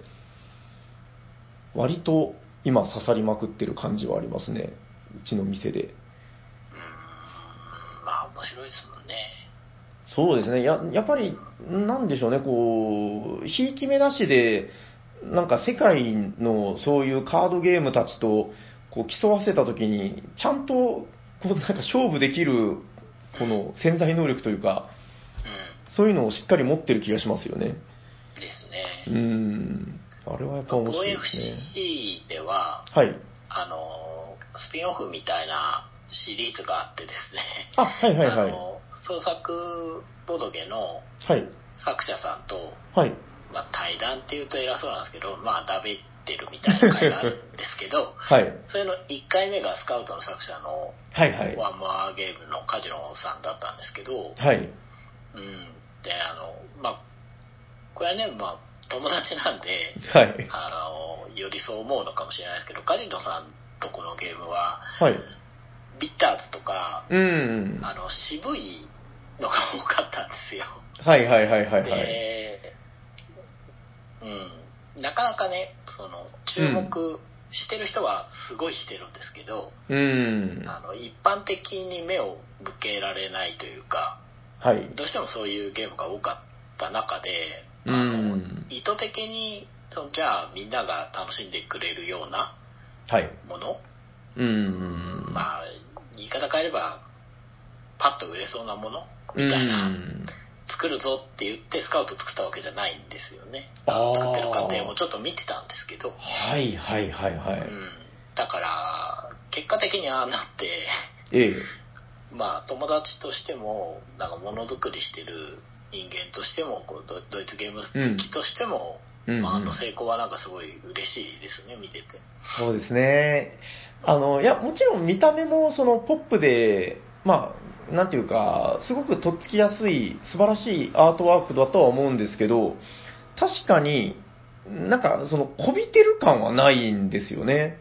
割と今刺さりまくってる感じはありますね。うちの店で。 面白いですもんね。 そうですね。やっぱり、なんでしょうね、ひいき目なしで、なんか世界のそういうカードゲームたちと競わせたときに、ちゃんとなんか勝負できるこの潜在能力というか、そういうのをしっかり持ってる気がしますよね。 ですね。 あれはやっぱ面白いですね。 OFC では、 はい。 スピンオフみたいなシリーズがあってですね。 あ、はいはいはい。 創作ボドゲの作者さんと、 はい。 まあ、対談っていうと偉そうなんですけど、まあ、だべってるみたいな回があるんですけど、 はい。 それの1回目がスカウトの作者の、 はいはい。 ワンモアゲームのカジノさんだったんですけど、 はい。 うん。で、まあ、これはね、まあ、友達なんで、 はい。 よりそう思うのかもしれないですけど、カジノさんとこのゲームは、 はい。 ビッターズとか、 うん。 渋いのが多かったんですよ。 はいはいはいはいはい。 で、なかなかね、注目してる人はすごいしてるんですけど、一般的に目を向けられないというか、 はい。 どうしてもそういうゲームが多かった中で、意図的に、じゃあみんなが楽しんでくれるようなもの、まあ、言い方変えれば、パッと売れそうなものみたいな、作るぞって言ってスカウト作ったわけじゃないんですよね。作ってる過程もちょっと見てたんですけど。 はいはいはいはい。 だから、結果的にああなって、まあ、友達としても、なんかものづくりしてる人間としても、ドイツゲーム好きとしても、まあ、成功はなんかすごい嬉しいですね、見てて。 そうですね。いや、もちろん見た目もそのポップで、まあ、なんていうか、すごくとっつきやすい、素晴らしいアートワークだとは思うんですけど、確かに、なんか、その、こびてる感はないんですよね。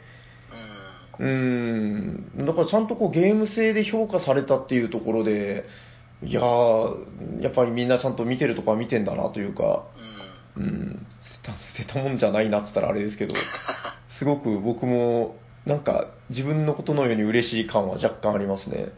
だからちゃんとこうゲーム性で評価されたっていうところで、いやー、やっぱりみんなちゃんと見てるとこは見てんだなというか、捨てたもんじゃないなって言ったらあれですけど、すごく僕もなんか自分のことのように嬉しい感は若干ありますね。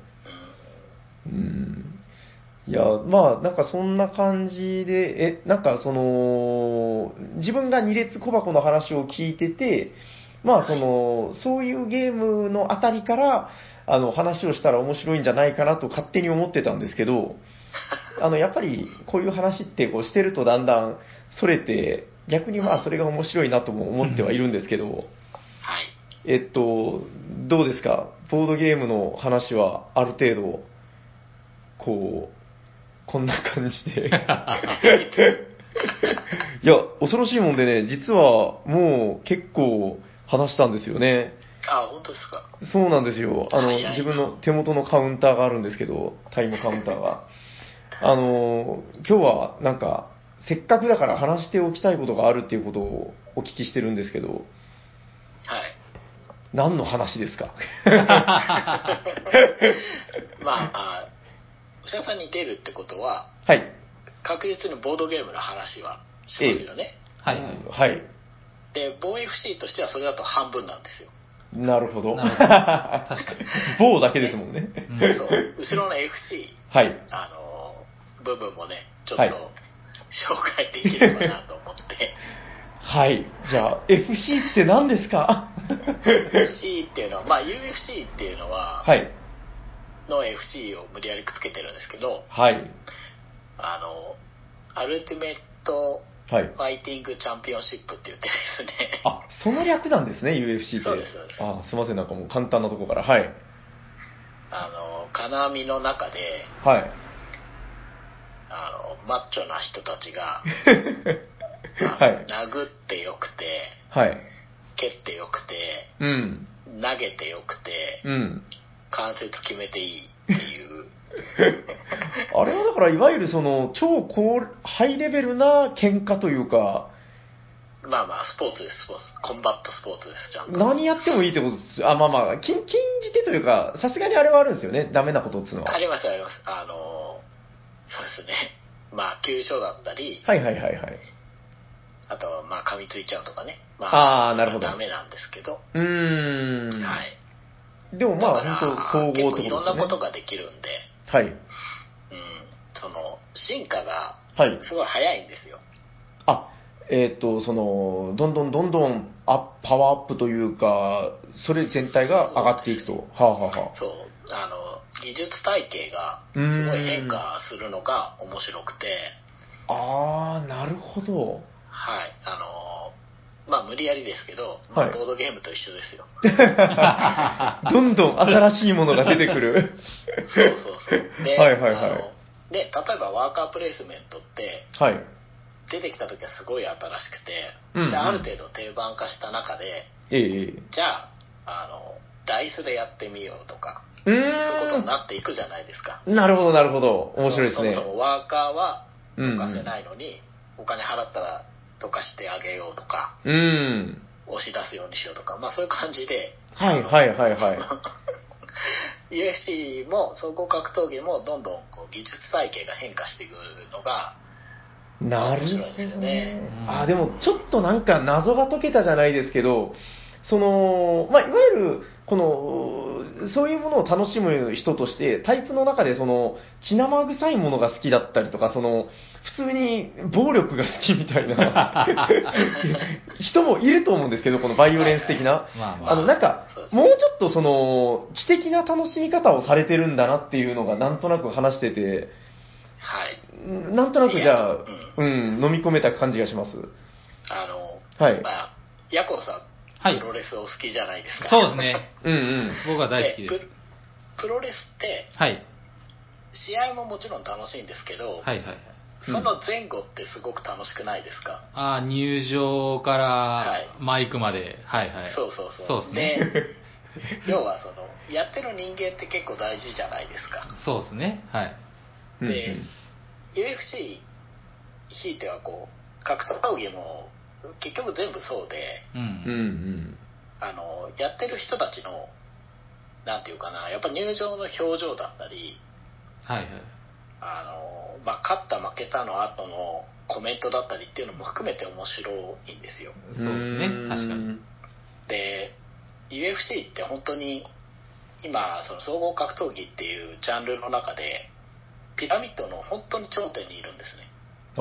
いや、まあ、なんかそんな感じで、なんかその、自分が二列小箱の話を聞いてて、まあそういうゲームのあたりから、話をしたら面白いんじゃないかなと勝手に思ってたんですけど、やっぱりこういう話ってこうしてるとだんだんそれて、逆にまあそれが面白いなとも思ってはいるんですけど、どうですかボードゲームの話はある程度、こんな感じで。いや、恐ろしいもんでね、実はもう結構話したんですよね。 あ、本当ですか。 そうなんですよ。自分の手元のカウンターがあるんですけど、タイムカウンターが。今日はなんか、せっかくだから話しておきたいことがあるっていうことをお聞きしてるんですけど、はい。何の話ですか？ まあ、おしゃさんに出るってことは、 はい。 確実にボードゲームの話はしますよね。 はい。はい。 で、某 FC としてはそれだと半分なんですよ。 なるほど。棒だけですもんね。 そう。後ろの FC、 はい。 部分もね、ちょっと、紹介できればなと思って。 はい。じゃあ、FC って何ですか？ FC っていうのは、まあ UFC っていうのは、 はい。 の FC を無理やりくっつけてるんですけど、 はい。 アルティメットファイティングチャンピオンシップって言ってですね。 あ、その略なんですね、UFC って。 そうです、そうです。 あ、すいません、なんかもう簡単なとこから。はい。 金網の中で、 はい。 マッチョな人たちが、 はい。 殴ってよくて、 はい。 蹴ってよくて、 うん。 投げてよくて、 うん。 関節決めていいっていう。 あれはだからいわゆるその超ハイレベルな喧嘩というか、 まあまあスポーツです、スポーツ。コンバットスポーツです、ちゃんと。 何やってもいいってことです。あ、まあまあ、禁じ手というか、さすがにあれはあるんですよね。ダメなことっていうのは。 あります、あります。そうですね。まあ、急所だったり、 はいはいはいはい。 あとは、まあ、噛みついちゃうとかね。まあ、なるほど。 ダメなんですけど。 はい。でもまあ、本当総合ってことですね。 結構いろんなことができるんで、 はい。 進化が、すごい早いんですよ。 はい、どんどんパワーアップというか、それ全体が上がっていくと。はあ、はあはあ、 そう。技術体系がすごい変化するのが面白くて。 ああ、なるほど。 はい。 無理やりですけど、ボードゲームと一緒ですよ。 どんどん新しいものが出てくる。 そうそうそう。で、 はいはいはい。 で、例えばワーカープレイスメントって、 はい、 出てきた時はすごい新しくて、 うんうん、 である程度定番化した中で、じゃあ、ダイスでやってみようとか、そういうことになっていくじゃないですか。 なるほどなるほど。面白いですね。 そもそもワーカーは溶かせないのに、お金払ったら溶かしてあげようとか、押し出すようにしようとか、まあそういう感じで、 はいはいはいはい。 UFC も総合格闘技もどんどんこう技術体系が変化していくのが面白いですよね。 でもちょっとなんか謎が解けたじゃないですけど、いわゆるそういうものを楽しむ人としてタイプの中で血生臭いものが好きだったりとか、普通に暴力が好きみたいな人もいると思うんですけど、このバイオレンス的な、なんかもうちょっと知的な楽しみ方をされてるんだなっていうのがなんとなく話してて、 はい、 なんとなくじゃあ、飲み込めた感じがします。 はい、ヤコウさん、プロレスお好きじゃないですか。 そうですね。僕は大好きです。 プロレスって、 はい、 試合ももちろん楽しいんですけど、 はいはいはい、 その前後ってすごく楽しくないですか？ 入場からマイクまで、はいはい。 そうそうそう。そうですね。で、要はやってる人間って結構大事じゃないですか。 そうですね。はい。 で、UFC ひいては格闘技も結局全部そうで、やってる人たちのなんていうかな、やっぱ入場の表情だったり、 はいはい、 勝った負けたの後のコメントだったりっていうのも含めて面白いんですよ。 そうですね、確かに。 で、UFC って本当に今総合格闘技っていうジャンルの中でピラミッドの本当に頂点にいるんですね。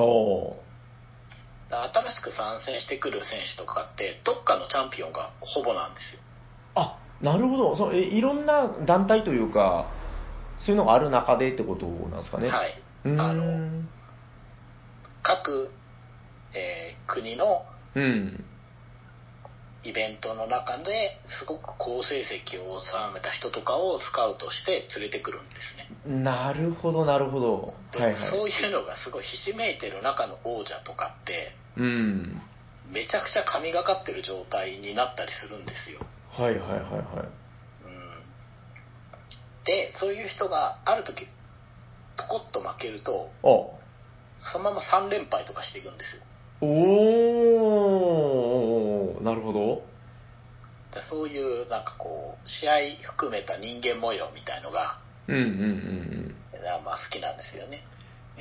新しく参戦してくる選手とかってどっかのチャンピオンがほぼなんですよ。 なるほど。いろんな団体というかそういうのがある中でってことなんですかね。 はい。各、国のイベントの中ですごく好成績を収めた人とかをスカウトして連れてくるんですね。なるほどなるほど。 はいはい、そういうのがすごいひしめいてる中の王者とかって、めちゃくちゃ神がかってる状態になったりするんですよ。 はいはいはいはい。 で、そういう人がある時ポコッと負けると、そのまま3連敗とかしていくんですよ。 なるほど。 そういうなんか試合含めた人間模様みたいのが、まあ好きなんですよね。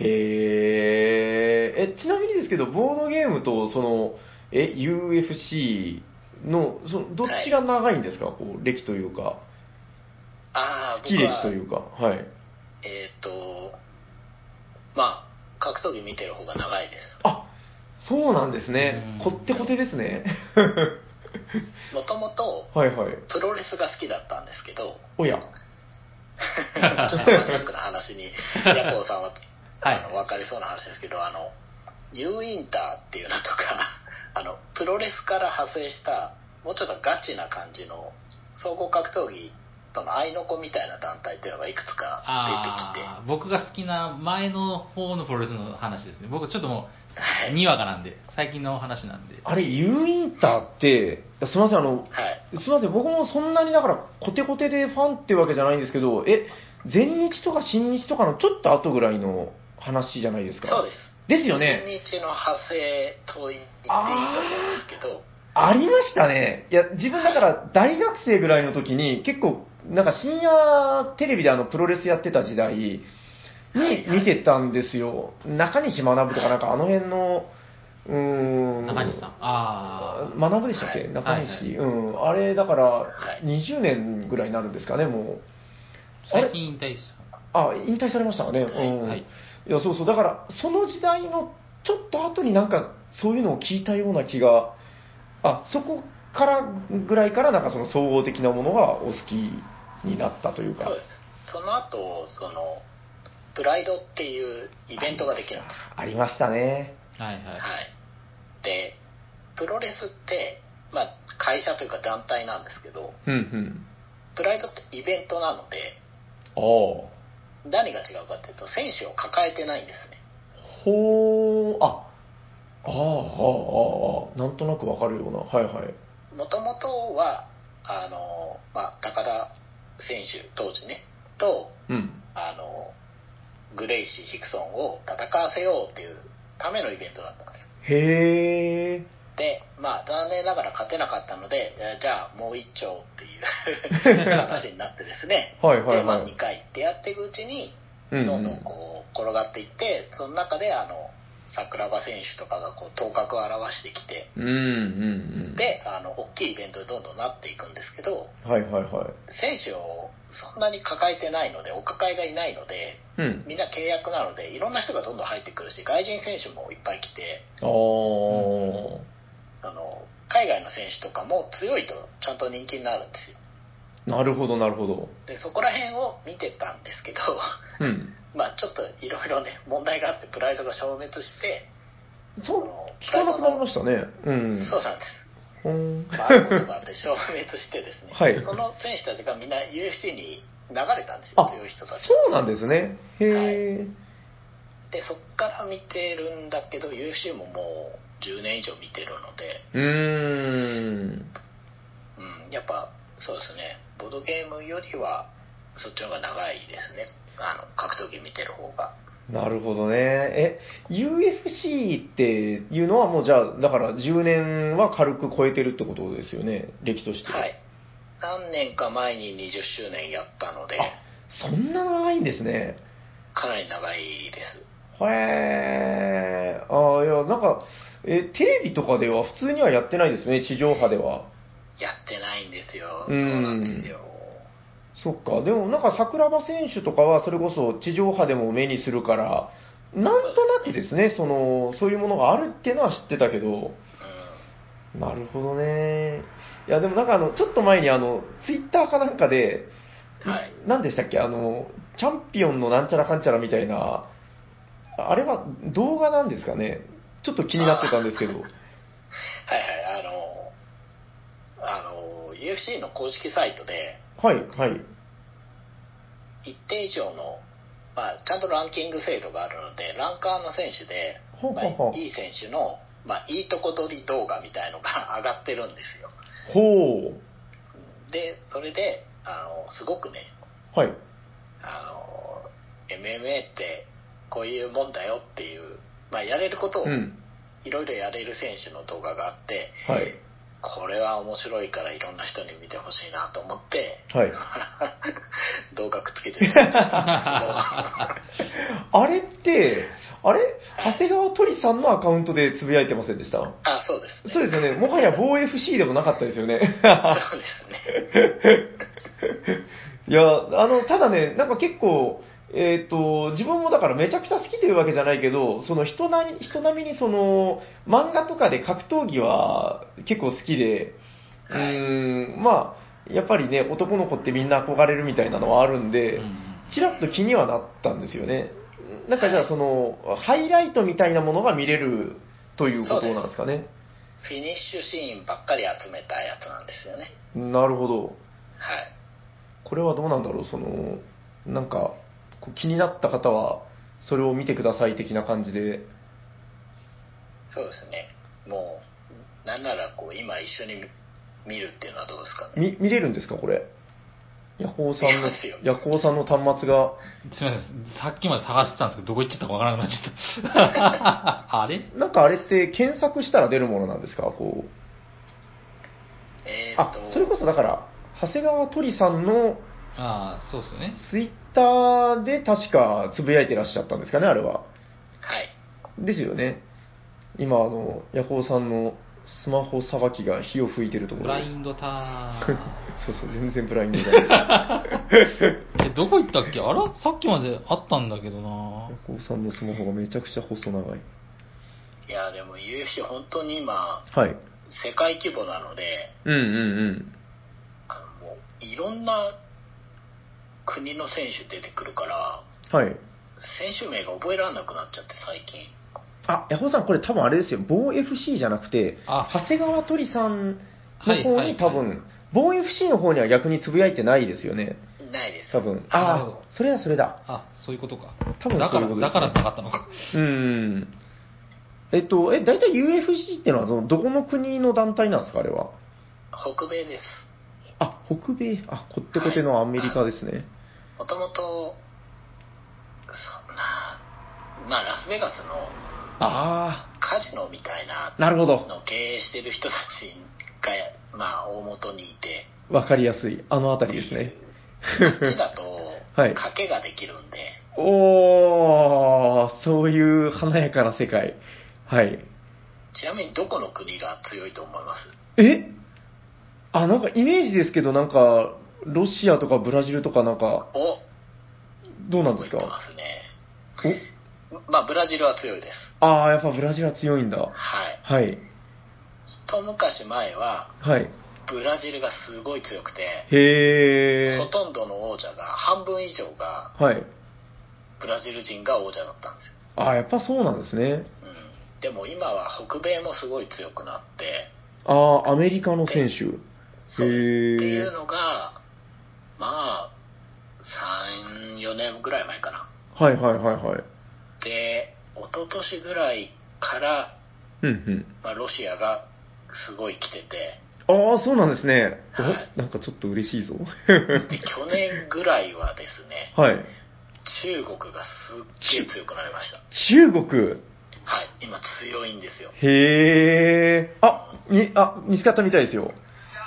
へえ。ちなみにですけど、ボードゲームとUFC のどっちが長いんですか、歴というか。 僕は歴というか、はい。 まあ格闘技見てる方が長いです。 そうなんですね。こってこてですね。 もともとプロレスが好きだったんですけど、 おや。 ちょっとマニアックな話にヤコウさんは分かりそうな話ですけど、U インターっていうのとかプロレスから派生したもうちょっとガチな感じの総合格闘技との合いの子みたいな団体っていうのがいくつか出てきて、 僕が好きな前の方のプロレスの話ですね。僕ちょっともうにわかなんで、最近の話なんで。 あれ U インターってすみませんすみません、僕もそんなにだからコテコテでファンっていうわけじゃないんですけど、全日とか新日とかのちょっと後ぐらいの話じゃないですか。 そうですですよね。 新日の派生と言っていいと思うんですけど、 ありましたね。いや、自分だから大学生ぐらいの時に結構なんか深夜テレビでプロレスやってた時代に見てたんですよ。中西学とかなんかあの辺の中西さん。 学でしたっけ、中西、あれだから20年ぐらいになるんですかね、もう。 最近引退した。 引退されましたかね。いや、そうそう、だからその時代のちょっと後になんかそういうのを聞いたような気が、そこからぐらいからなんかその総合的なものがお好きになったというか。 そうです。その後プライドっていうイベントができるんですよ。 ありましたね。 はいはい。 で、 プロレスって、まあ、会社というか団体なんですけど、 うんうん、 プライドってイベントなので、何が違うかっていうと、選手を抱えてないんですね。 ほー、なんとなくわかるような。はいはい。 もともとは、まあ、高田選手、当時ね、と、 うん、 グレイシー、ヒクソンを戦わせようっていうためのイベントだったんですよ。 へー。 で、まあ、残念ながら勝てなかったので、じゃあもう一丁っていう話になってですね。 はいはいはい。 で、まあ2回ってやっていくうちに、どんどんこう転がっていって、その中で桜庭選手とかがこう頭角を現してきて、で、大きいイベントでどんどんなっていくんですけど、 はいはいはい。 選手をそんなに抱えてないので、お抱えがいないので、みんな契約なので、いろんな人がどんどん入ってくるし、外人選手もいっぱい来て、海外の選手とかも強いとちゃんと人気になるんですよ。 なるほどなるほど。 でそこら辺を見てたんですけど、まあちょっといろいろね問題があってプライドが消滅して、 そう聞かなくなりましたね。 そうなんです。まあ、あることがあって消滅してですね、はい、その選手たちがみんな UFC に流れたんですよ。強い人たち。 そうなんですね。へえ、はい。 でそっから見てるんだけど UFC ももう10年以上見てるので、やっぱそうですね、ボードゲームよりはそっちの方が長いですね、格闘技見てる方が。 なるほどね。UFC っていうのはもうじゃあだから10年は軽く超えてるってことですよね、歴として。 はい、何年か前に20周年やったので。 そんな長いんですね。 かなり長いです。 へー。いやなんかテレビとかでは普通にはやってないですね、地上波では。 やってないんですよ。そうなんですよ。 そっか。でもなんか桜庭選手とかはそれこそ地上波でも目にするから、なんとなくですね、そういうものがあるっていうのは知ってたけど、なるほどね。いやでもなんかちょっと前にツイッターかなんかで、何でしたっけ、チャンピオンのなんちゃらかんちゃらみたいな、あれは動画なんですかね。ちょっと気になってたんですけど。はいはい、 UFC の公式サイトで、 はいはい。 一定以上の、まあ、ちゃんとランキング制度があるので、ランカーの選手で、まあ、いい選手の、まあ、いいとこ取り動画みたいのが上がってるんですよ。 ほう。 で、それで、すごくね、 はい。 MMA ってこういうもんだよっていう、まあ、やれることをいろいろやれる選手の動画があって、 はい。 これは面白いからいろんな人に見てほしいなと思って、 はい、 動画くっつけてツイートしたんですけどあれって長谷川鳥さんのアカウントでつぶやいてませんでした？ そうですね。 そうですよね。もはや某 FC でもなかったですよね。 そうですね。 いや、ただね、なんか結構、自分もだからめちゃくちゃ好きというわけじゃないけど、その人並みに漫画とかで格闘技は結構好きで、まあ、やっぱりね、男の子ってみんな憧れるみたいなのはあるんで、ちらっと気にはなったんですよね。なんかじゃあハイライトみたいなものが見れるということなんですかね。 フィニッシュシーンばっかり集めたやつなんですよね。 なるほど。 はい。 これはどうなんだろう、なんか、気になった方は、それを見てください的な感じで。 そうですね。もう、なんなら今一緒に見るっていうのはどうですかね。 見れるんですか、これ。ヤコウさんの端末が。 すみません。さっきまで探してたんですけど、どこ行っちゃったかわからなくなっちゃった。あれなんかあれって検索したら出るものなんですか、それこそだから、長谷川鳥さんの、 そうですよね。 ツイッターで確かつぶやいてらっしゃったんですかね、あれは。 はい。 ですよね。今、ヤコウさんのスマホさばきが火を吹いてるところです。 ブラインドターそうそう、全然ブラインドだ。 どこ行ったっけ、あらさっきまであったんだけどな。 ヤコウさんのスマホがめちゃくちゃ細長い。 いや、でも UFC 本当に今、 はい、 世界規模なので、もういろんな国の選手出てくるから、 はい、 選手名が覚えられなくなっちゃって最近。 あ、ヤホーさん、これ多分あれですよ。某 FC じゃなくて、長谷川鳥さんの方に多分、某 FC の方には逆につぶやいてないですよね。 ないです。 多分。それだ、それだ。 そういうことか。 多分そういうことです、ね。 だからなかったのか。 大体 UFC ってのはどこの国の団体なんですか、あれは。 北米です。 北米。こってこてのアメリカですね。 もともと、そんな、ラスベガスのカジノみたいなのを経営してる人たちが、大元にいて。 わかりやすい。あのあたりですね。 こっちだと、賭けができるんで。 そういう華やかな世界。はい。 ちなみにどこの国が強いと思います？ なんかイメージですけど、なんか、ロシアとかブラジルとかなんか、どうなんですか？ ますね。ブラジルは強いです。 やっぱブラジルは強いんだ。 はい。一昔前は、ブラジルがすごい強くて、ほとんどの王者が、半分以上が、ブラジル人が王者だったんですよ。 やっぱそうなんですね。 でも今は北米もすごい強くなって、 アメリカの選手。 そうです。っていうのが、3、4年ぐらい前かな。で、一昨年ぐらいから、ロシアがすごい来てて。 そうなんですね。なんかちょっと嬉しいぞ。 で、去年ぐらいはですね、中国がすっげえ強くなりました。 中国？ 今強いんですよ。 へー。見つかったみたいですよ。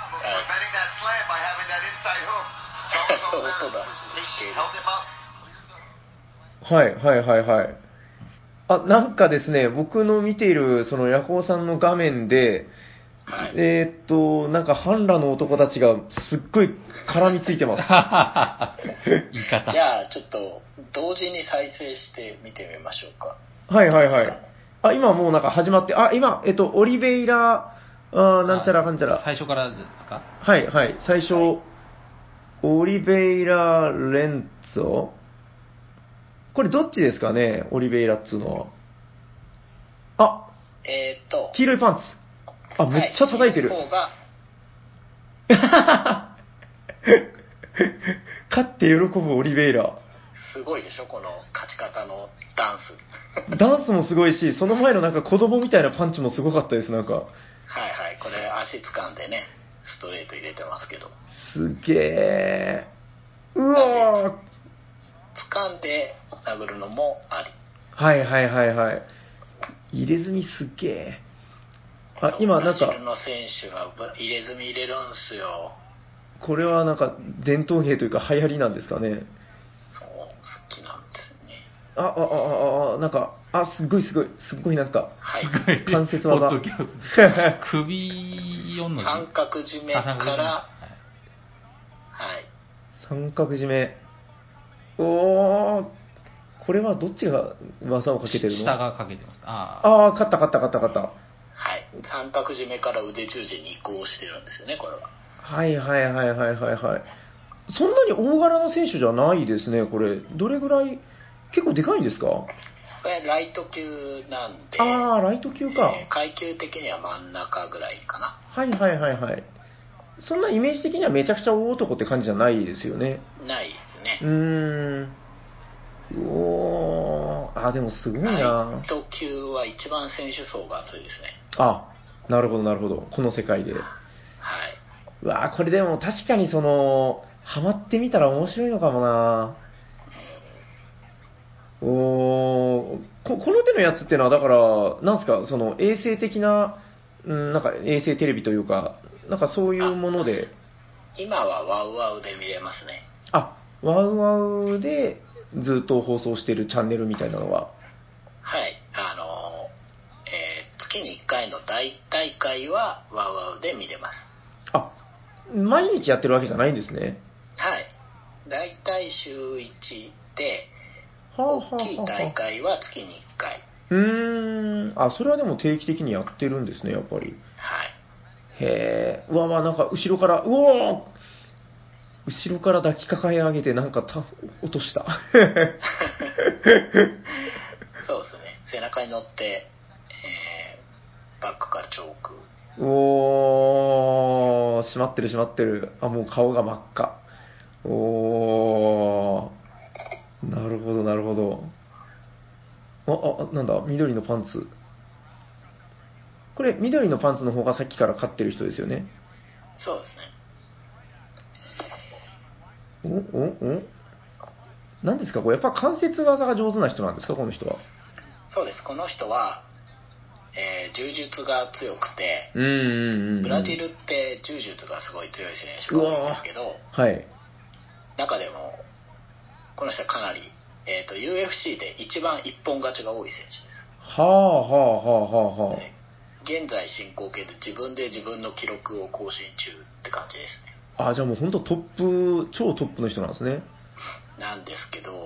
音だし。 なんかですね、僕の見ているそのヤコウさんの画面で、なんか半裸の男たちがすっごい絡みついてます。 言い方。 じゃあちょっと同時に再生して見てみましょうか。 今もうなんか始まって、今、オリベイラ、なんちゃらかんちゃら。 最初からですか？ 最初、オリベイラ・レンツォ？これどっちですかね、オリベイラっつうのは。黄色いパンツ。めっちゃ叩いてる。勝って喜ぶオリベイラ。 すごいでしょ、この勝ち方のダンス。 ダンスもすごいし、その前のなんか子供みたいなパンチもすごかったです、なんか。 これ足掴んでね、ストレート入れてますけど。 すげえ。うわー。 掴んで殴るのもあり。 入れ墨すげえ。今なんか。 ブラジルの選手は入れ墨入れるんすよ。 これはなんか伝統芸というか流行りなんですかね。 そう、好きなんですよね。 なんか、すっごいなんか、関節技。首4の三角締めから、 三角締め。これはどっちが技をかけてるの？ 下がかけてます。 勝った。 三角締めから腕十字に移行してるんですよね、これは。 そんなに大柄な選手じゃないですね、これ。どれぐらい、結構でかいんですか？これライト級なんで。 ライト級か。 階級的には真ん中ぐらいかな。 そんなイメージ的にはめちゃくちゃ大男って感じじゃないですよね。 ないですね。 でもすごいな。 ライト級は一番選手層が厚いですね。 なるほど。この世界で。これでも確かにハマってみたら面白いのかもな。この手のやつっていうのは、だから、なんすか、衛星的な、なんか衛星テレビというか、なんかそういうもので。 今はワウワウで見れますね。 ワウワウでずっと放送してるチャンネルみたいなのは。 月に1回の大大会はワウワウで見れます。 毎日やってるわけじゃないんですね。 だいたい週1で、大きい大会は月に1回。 それはでも定期的にやってるんですね、やっぱり。へー。なんか後ろから、後ろから抱きかかえ上げてなんか落とした。 そうですね。 背中に乗って、バックからチョーク。 おー、閉まってる閉まってる。あ、もう顔が真っ赤。おー、なるほどなるほど。なんだ、緑のパンツ。これ、緑のパンツの方がさっきから飼ってる人ですよね。 そうですね。何ですかこれ、やっぱ関節技が上手な人なんですかこの人は。 そうです。この人は、柔術が強くて、ブラジルって柔術がすごい強い選手が多いんですけど、 はい。 中でも、この人はかなり、UFC で一番一本勝ちが多い選手です。 はあはあはあはあはあ。 現在進行形で自分で自分の記録を更新中って感じですね。 あ、じゃあもう本当トップ、超トップの人なんですね。 なんですけど、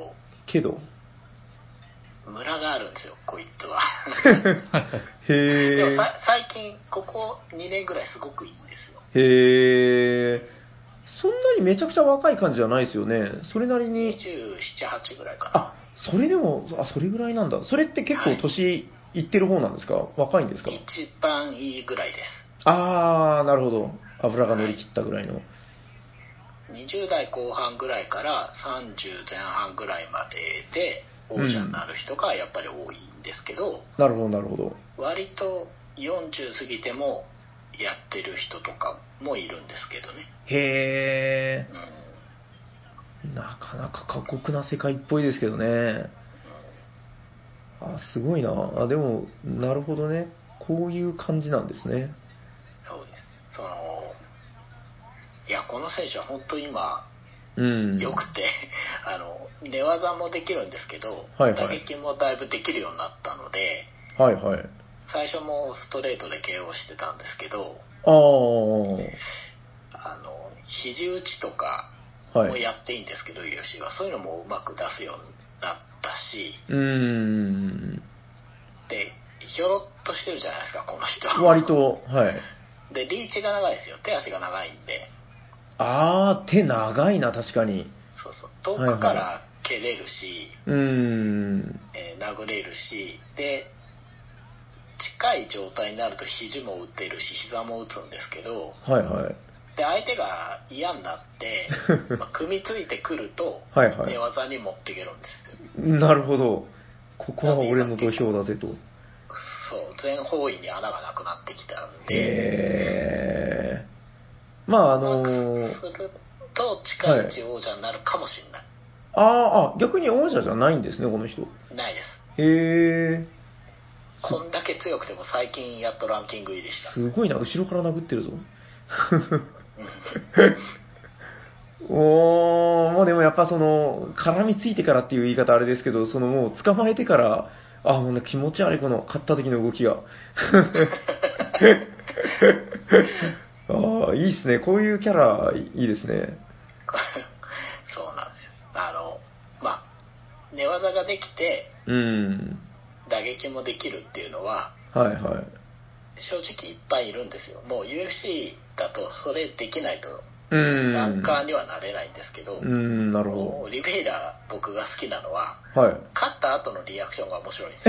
ムラがあるんですよ、こいつは。 へえ。 でも最近、ここ2年ぐらいすごくいいんですよ。 へえ。そんなにめちゃくちゃ若い感じじゃないですよね。それなりに。 27、8ぐらいかな。 あ、それでも、それぐらいなんだ。それって結構年いってる方なんですか、若いんですか？ 一番いいぐらいです。 あー、なるほど。油が乗り切ったぐらいの。 20代後半ぐらいから30前半ぐらいまでで王者になる人がやっぱり多いんですけど、 なるほどなるほど。 割と40過ぎてもやってる人とかもいるんですけどね。 へー、なかなか過酷な世界っぽいですけどね。あ、すごいなあ。でもなるほどね。こういう感じなんですね。 そうです。いや、この選手は本当今良くて、寝技もできるんですけど、 はいはい、 打撃もだいぶできるようになったので、 はいはい、 最初もストレートで KO してたんですけど、肘打ちとかもやっていいんですけど、UFC はそういうのもうまく出すようになったし、でひょろっとしてるじゃないですかこの人。 割と、はい。 でリーチが長いですよ、手足が長いんで。 手長いな、確かに。 そうそう、遠くから蹴れるし、殴れるし、で近い状態になると肘も打てるし膝も打つんですけど、 はいはい、 で相手が嫌になって組みついてくるとはいはい、 寝技に持っていけるんですよ。 なるほど。ここは俺の土俵だぜと。 そう、全方位に穴がなくなってきたんで、 まあうまくすると近い位置王者になるかもしれない。 逆に王者じゃないんですねこの人。 ないです。 へえ。 こんだけ強くても最近やっとランキング入りした。 すごいな、後ろから殴ってるぞ。もうでもやっぱ絡みついてからっていう言い方あれですけど、もう捕まえてから、もうね、気持ち悪い、この勝った時の動きが。いいっすね。こういうキャラ、いいですね。 そうなんですよ。寝技ができて、打撃もできるっていうのは、 はいはい。 正直いっぱいいるんですよ。もう UFC だとそれできないとランカーにはなれないんですけど、 なるほど。 オリベイラ僕が好きなのは、 はい、 勝った後のリアクションが面白いんです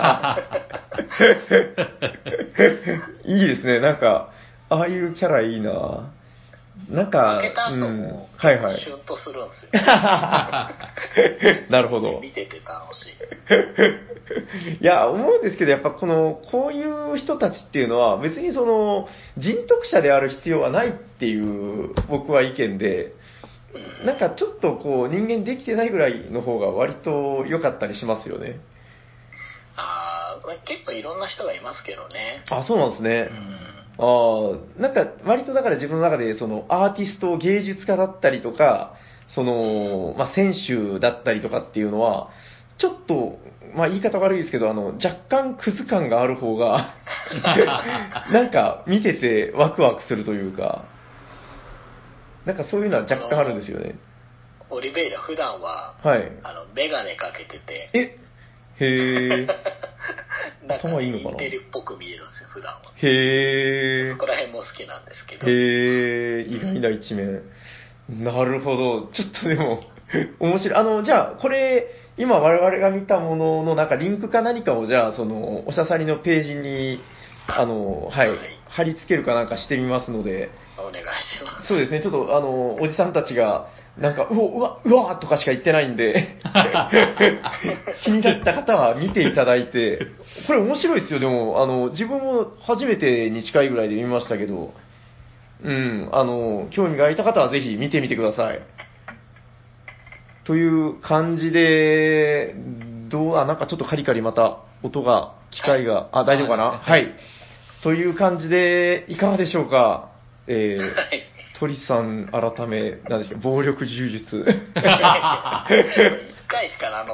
よ。いいですね。なんか、ああいうキャラいいな。なんか、 負けた後も、 はいはい、 シュンとするんですよ。 なるほど。 見てて楽しい。いや、思うんですけど、やっぱこういう人たちっていうのは、別に人徳者である必要はないっていう僕は意見で、なんかちょっと人間できてないぐらいの方が割と良かったりしますよね。 結構いろんな人がいますけどね。 そうなんですね。なんか割とだから自分の中でアーティスト、芸術家だったりとか、選手だったりとかっていうのは、ちょっと、言い方悪いですけど、若干クズ感がある方が、なんか見ててワクワクするというか、なんかそういうのは若干あるんですよね。 オリベイラ普段は、メガネかけてて、 へー。 なんか、インテリっぽく見えるんですよ、普段は。 へー。 そこら辺も好きなんですけど。 へー、意外な一面。なるほど。ちょっとでも、面白い。じゃあ、これ、 今我々が見たもののなんかリンクか何かをじゃあ、その、おしゃさりのページに、はい、貼り付けるかなんかしてみますので、 お願いします。 そうですね、ちょっとおじさんたちが、なんか、うわとかしか言ってないんで、気になった方は見ていただいて、これ面白いですよ、でも、自分も初めてに近いぐらいで見ましたけど、うん、興味が空いた方はぜひ見てみてください。という感じで、なんかちょっとカリカリまた音が、機械が、大丈夫かな？はい。という感じで、いかがでしょうか？鳥さん改め、何でしたっけ、暴力柔術。 1回しか名乗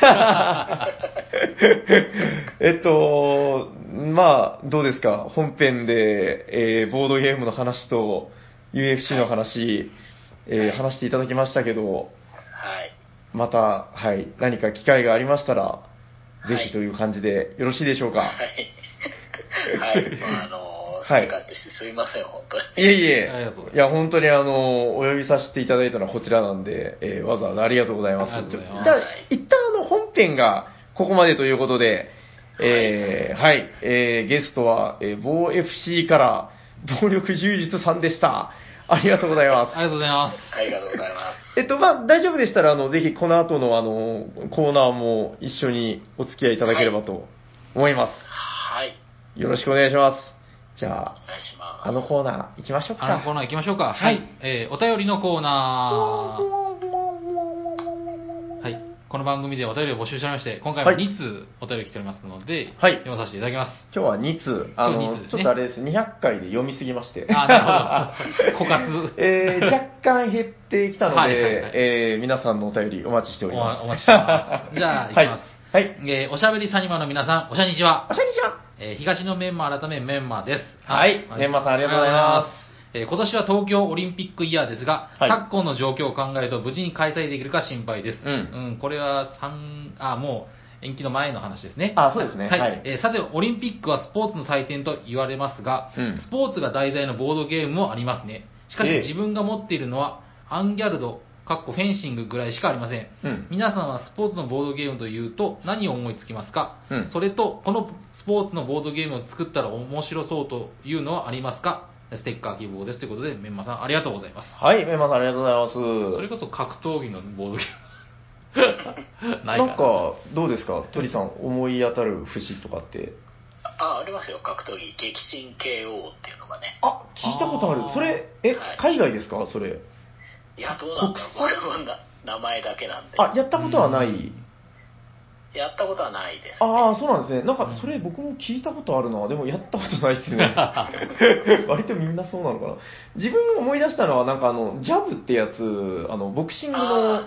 ってない。 まあ、どうですか、本編で、ボードゲームの話と UFC の話、話していただきましたけど、 はい。 また、はい、何か機会がありましたら、ぜひという感じでよろしいでしょうか。 はい。はい。好き勝手してすいません、本当に。 いえ。いや、本当にお呼びさせていただいたのはこちらなんで、わざわざありがとうございます。じゃあ、一旦本編がここまでということで、はい、ゲストは、某 FC から暴力柔術さんでした。ありがとうございます。 ありがとうございます。 ありがとうございます。 まあ、大丈夫でしたら、ぜひこの後のコーナーも一緒にお付き合いいただければと思います。 はい。 よろしくお願いします。じゃあ、 お願いします。 コーナー行きましょうか。 コーナー行きましょうか。はい。お便りのコーナー。はい。この番組でお便りを募集しておりまして、今回も2通お便り来ておりますので、 はい。 読まさせていただきます。 今日は2通。ちょっとあれです、200回で読みすぎまして。 なるほど。枯渇。 若干減ってきたので、皆さんのお便りお待ちしております。 お待ちしております。じゃあ、行きます。 はい。 おしゃべりサニマの皆さん、おしゃにちは。 おしゃにちは。 東のメンマ改めメンマです。 はい。メンマさんありがとうございます。 今年は東京オリンピックイヤーですが、 はい、 昨今の状況を考えると無事に開催できるか心配です。これはもう延期の前の話ですね。 そうですね。 はい。さて、オリンピックはスポーツの祭典と言われますが、スポーツが題材のボードゲームもありますね。しかし、自分が持っているのは、アンギャルド、フェンシングぐらいしかありません。皆さんはスポーツのボードゲームというと何を思いつきますか？それと、このスポーツのボードゲームを作ったら面白そうというのはありますか？ステッカー希望ですということで、メンマさんありがとうございます。 はい、メンマさんありがとうございます。 それこそ格闘技のボードゲーム。 なんか、どうですか、鳥さん、思い当たる節とかって。 ありますよ、格闘技。激震 KO っていうのがね。 聞いたことある。それ、海外ですか、それ。 いや、どうなんだろう。僕も名前だけなんで。 やったことはない？ やったことはないです、ね。 そうなんですね。なんか、それ僕も聞いたことあるな。でも、やったことないですね。割とみんなそうなのかな。自分思い出したのは、なんかジャブってやつ、ボクシングの、 あ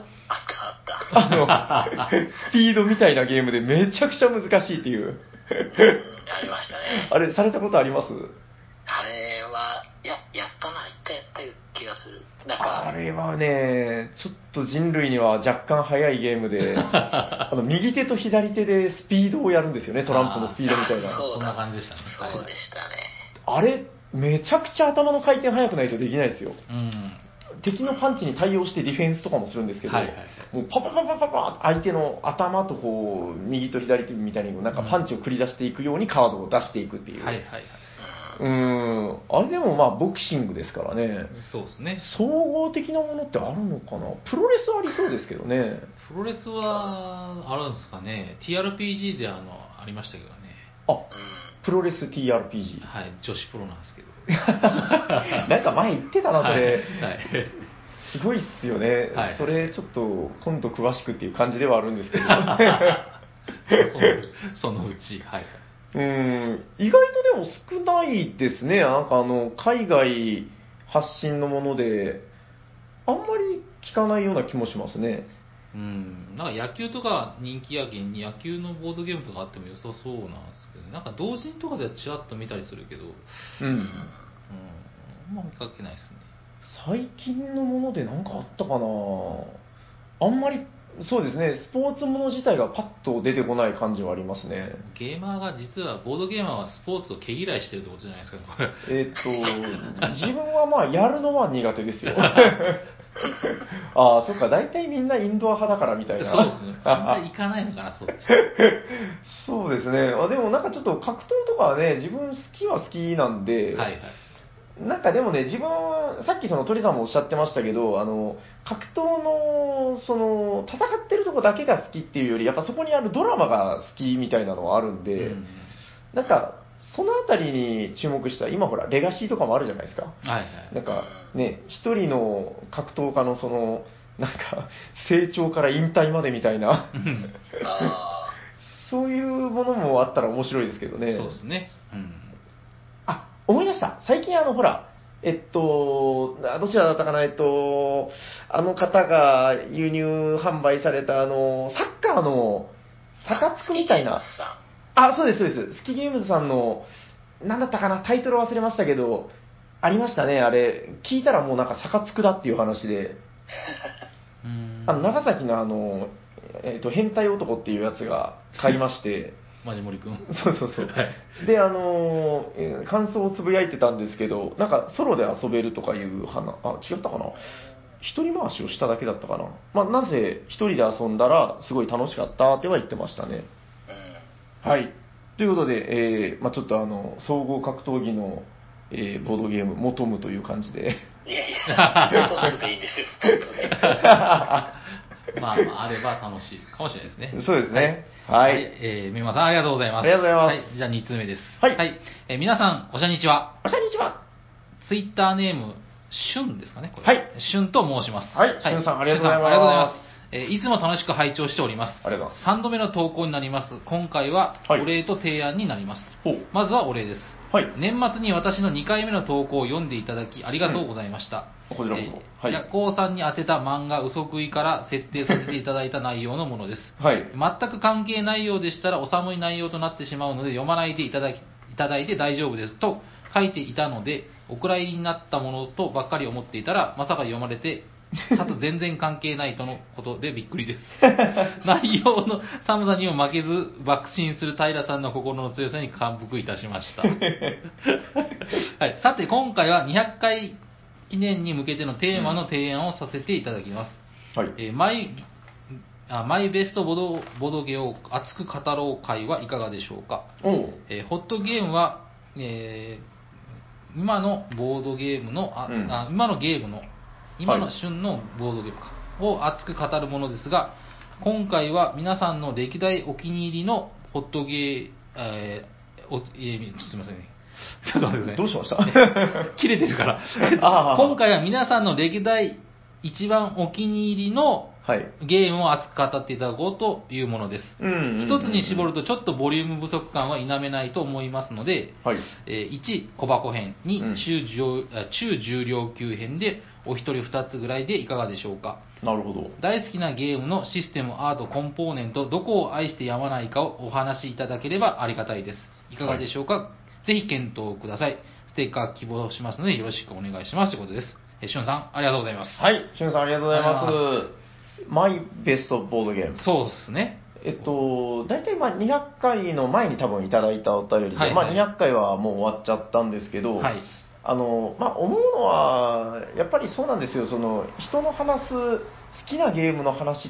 ったスピードみたいなゲームでめちゃくちゃ難しいっていう。 ありましたね。 あれ、されたことあります？ あれは、やったな、一回やった気がする。あれはね、ちょっと人類には若干速いゲームで、右手と左手でスピードをやるんですよね、トランプのスピードみたいな。 そんな感じでしたね。 そうでしたね。 あれ、めちゃくちゃ頭の回転速くないとできないですよ。敵のパンチに対応してディフェンスとかもするんですけど、もうパパパパパパ相手の頭とこう右と左とみたいになんかパンチを繰り出していくようにカードを出していくっていう。あれでもまあボクシングですからね。 そうですね。 総合的なものってあるのかな。プロレスはありそうですけどね。 プロレスはあるんですかね。TRPG でありましたけどね。 プロレス TRPG。 はい、女子プロなんですけど。 なんか前言ってたな、それ。すごいっすよね。それちょっと今度詳しくっていう感じではあるんですけど。 そのうち、はい。 意外とでも少ないですね。なんか海外発信のもので、あんまり聞かないような気もしますね。 なんか野球とか人気やけんに野球のボードゲームとかあっても良さそうなんですけど、なんか同人とかではちらっと見たりするけど、あんま見かけないですね。 最近のもので何かあったかな。あんまりそうですね、スポーツもの自体がパッと出てこない感じはありますね。 ゲーマーが実は、ボードゲーマーはスポーツを毛嫌いしてるってことじゃないですか、これ。 自分はまあ、やるのは苦手ですよ。ああ、そっか、大体みんなインドア派だからみたいな。 そうですね。みんな行かないのかな、そっち。 そうですね。でもなんかちょっと格闘とかはね、自分好きは好きなんで、 はいはい。 なんかでもね、自分、さっきその鳥さんもおっしゃってましたけど、格闘の、戦ってるとこだけが好きっていうより、やっぱそこにあるドラマが好きみたいなのはあるんで、なんか、そのあたりに注目した、今ほら、レガシーとかもあるじゃないですか。 はいはい。 なんか、ね、一人の格闘家のなんか、成長から引退までみたいな、そういうものもあったら面白いですけどね。 そうですね。 思い出した。最近ほら、どちらだったかな、あの方が輸入販売されたサッカーの、サカツクみたいな。そうです、そうです。スキゲームズさんの、なんだったかな、タイトル忘れましたけど、ありましたね、あれ。聞いたらもうなんかサカツクだっていう話で。長崎の変態男っていうやつが買いまして、 マジモリ君。 そうそうそう。で、感想をつぶやいてたんですけど、なんかソロで遊べるとかいう話、違ったかな、一人回しをしただけだったかな。まあ、なぜ一人で遊んだらすごい楽しかったっては言ってましたね。はい。ということで、まあ、ちょっと総合格闘技の、ボードゲーム、求むという感じで。 いやいや、スポーツでいいんですよ、スポーツで。 まあ、あれば楽しいかもしれないですね。 そうですね。はい。 みまさんありがとうございます。 ありがとうございます。 はい、じゃあ2通目です。 はい。 皆さん、おしゃにちは。 おしゃにちは。 ツイッターネーム、しゅんですかね、これ。 はい。 しゅんと申します。 はい。しゅんさん、ありがとうございます。 ありがとうございます。いつも楽しく拝聴しております。 ありがとうございます。 3度目の投稿になります。今回は、お礼と提案になります。まずはお礼です。はい。年末に私の2回目の投稿を読んでいただき、ありがとうございました。 こちらこそ。 ヤコウさんに宛てた漫画嘘食いから設定させていただいた内容のものです。はい。全く関係ないようでしたらお寒い内容となってしまうので読まないでいただいて大丈夫ですと書いていたので、お蔵入りになったものとばっかり思っていたら、まさか読まれて、かつ全然関係ないとのことでびっくりです。内容の寒さにも負けず爆心する平さんの心の強さに感服いたしました。はい、さて今回は200回記念に向けてのテーマの提案をさせていただきます。はい、マイベストボードゲーを熱く語ろう会はいかがでしょうか。ホットゲームは、今のボードゲームの、今の旬のボードゲームを熱く語るものですが、今回は皆さんの歴代お気に入りのホットゲー、すいませんね。ちょっと待ってください。 どうしました切れてるから。今回は皆さんの歴代一番お気に入りのゲームを熱く語っていただこうというものです。一つに絞るとちょっとボリューム不足感は否めないと思いますので、1、小箱編、2、中重量級編でお一人2つぐらいでいかがでしょうか。 なるほど。 大好きなゲームのシステム、アート、コンポーネント、どこを愛してやまないかをお話しいただければありがたいです。いかがでしょうか。ぜひ検討ください。ステッカー希望しますのでよろしくお願いしますということです。しゅんさん、ありがとうございます。 はい、しゅんさんありがとうございます。マイベストボードゲーム。 そうですね。 大体まあ200回の前に多分いただいたお便りで、まあ200回はもう終わっちゃったんですけど、まあ思うのは、やっぱりそうなんですよ、人の話す好きなゲームの話って、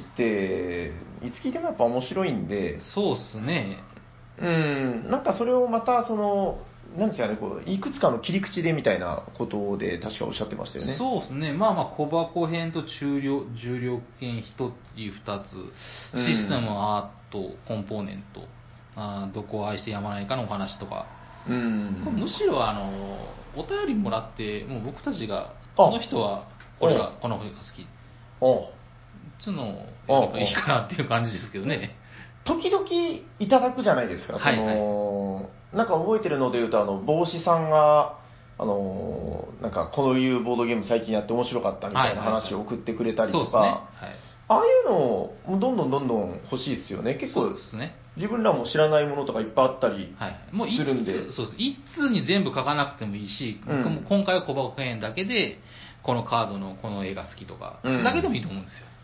いつ聞いてもやっぱ面白いんで、 そうですね。 なんかそれをまたなんですかね、いくつかの切り口でみたいなことで確かおっしゃってましたよね。 そうですね。まあ小箱編と重量編1つ、2つ、システム、アート、コンポーネント、どこを愛してやまないかのお話とか。むしろお便りもらって、もう僕たちが、この人はこの子が好き。つのやればいいかなっていう感じですけどね。 時々いただくじゃないですか。なんか覚えてるので言うと、帽子さんが、なんかこういうボードゲーム最近やって面白かったみたいな話を送ってくれたりとか、ああいうのをどんどん欲しいですよね。結構、自分らも知らないものとかいっぱいあったりするんで。 そうです。一通に全部書かなくてもいいし、今回は小箱編だけで、このカードのこの絵が好きとか、だけでもいいと思うんですよ。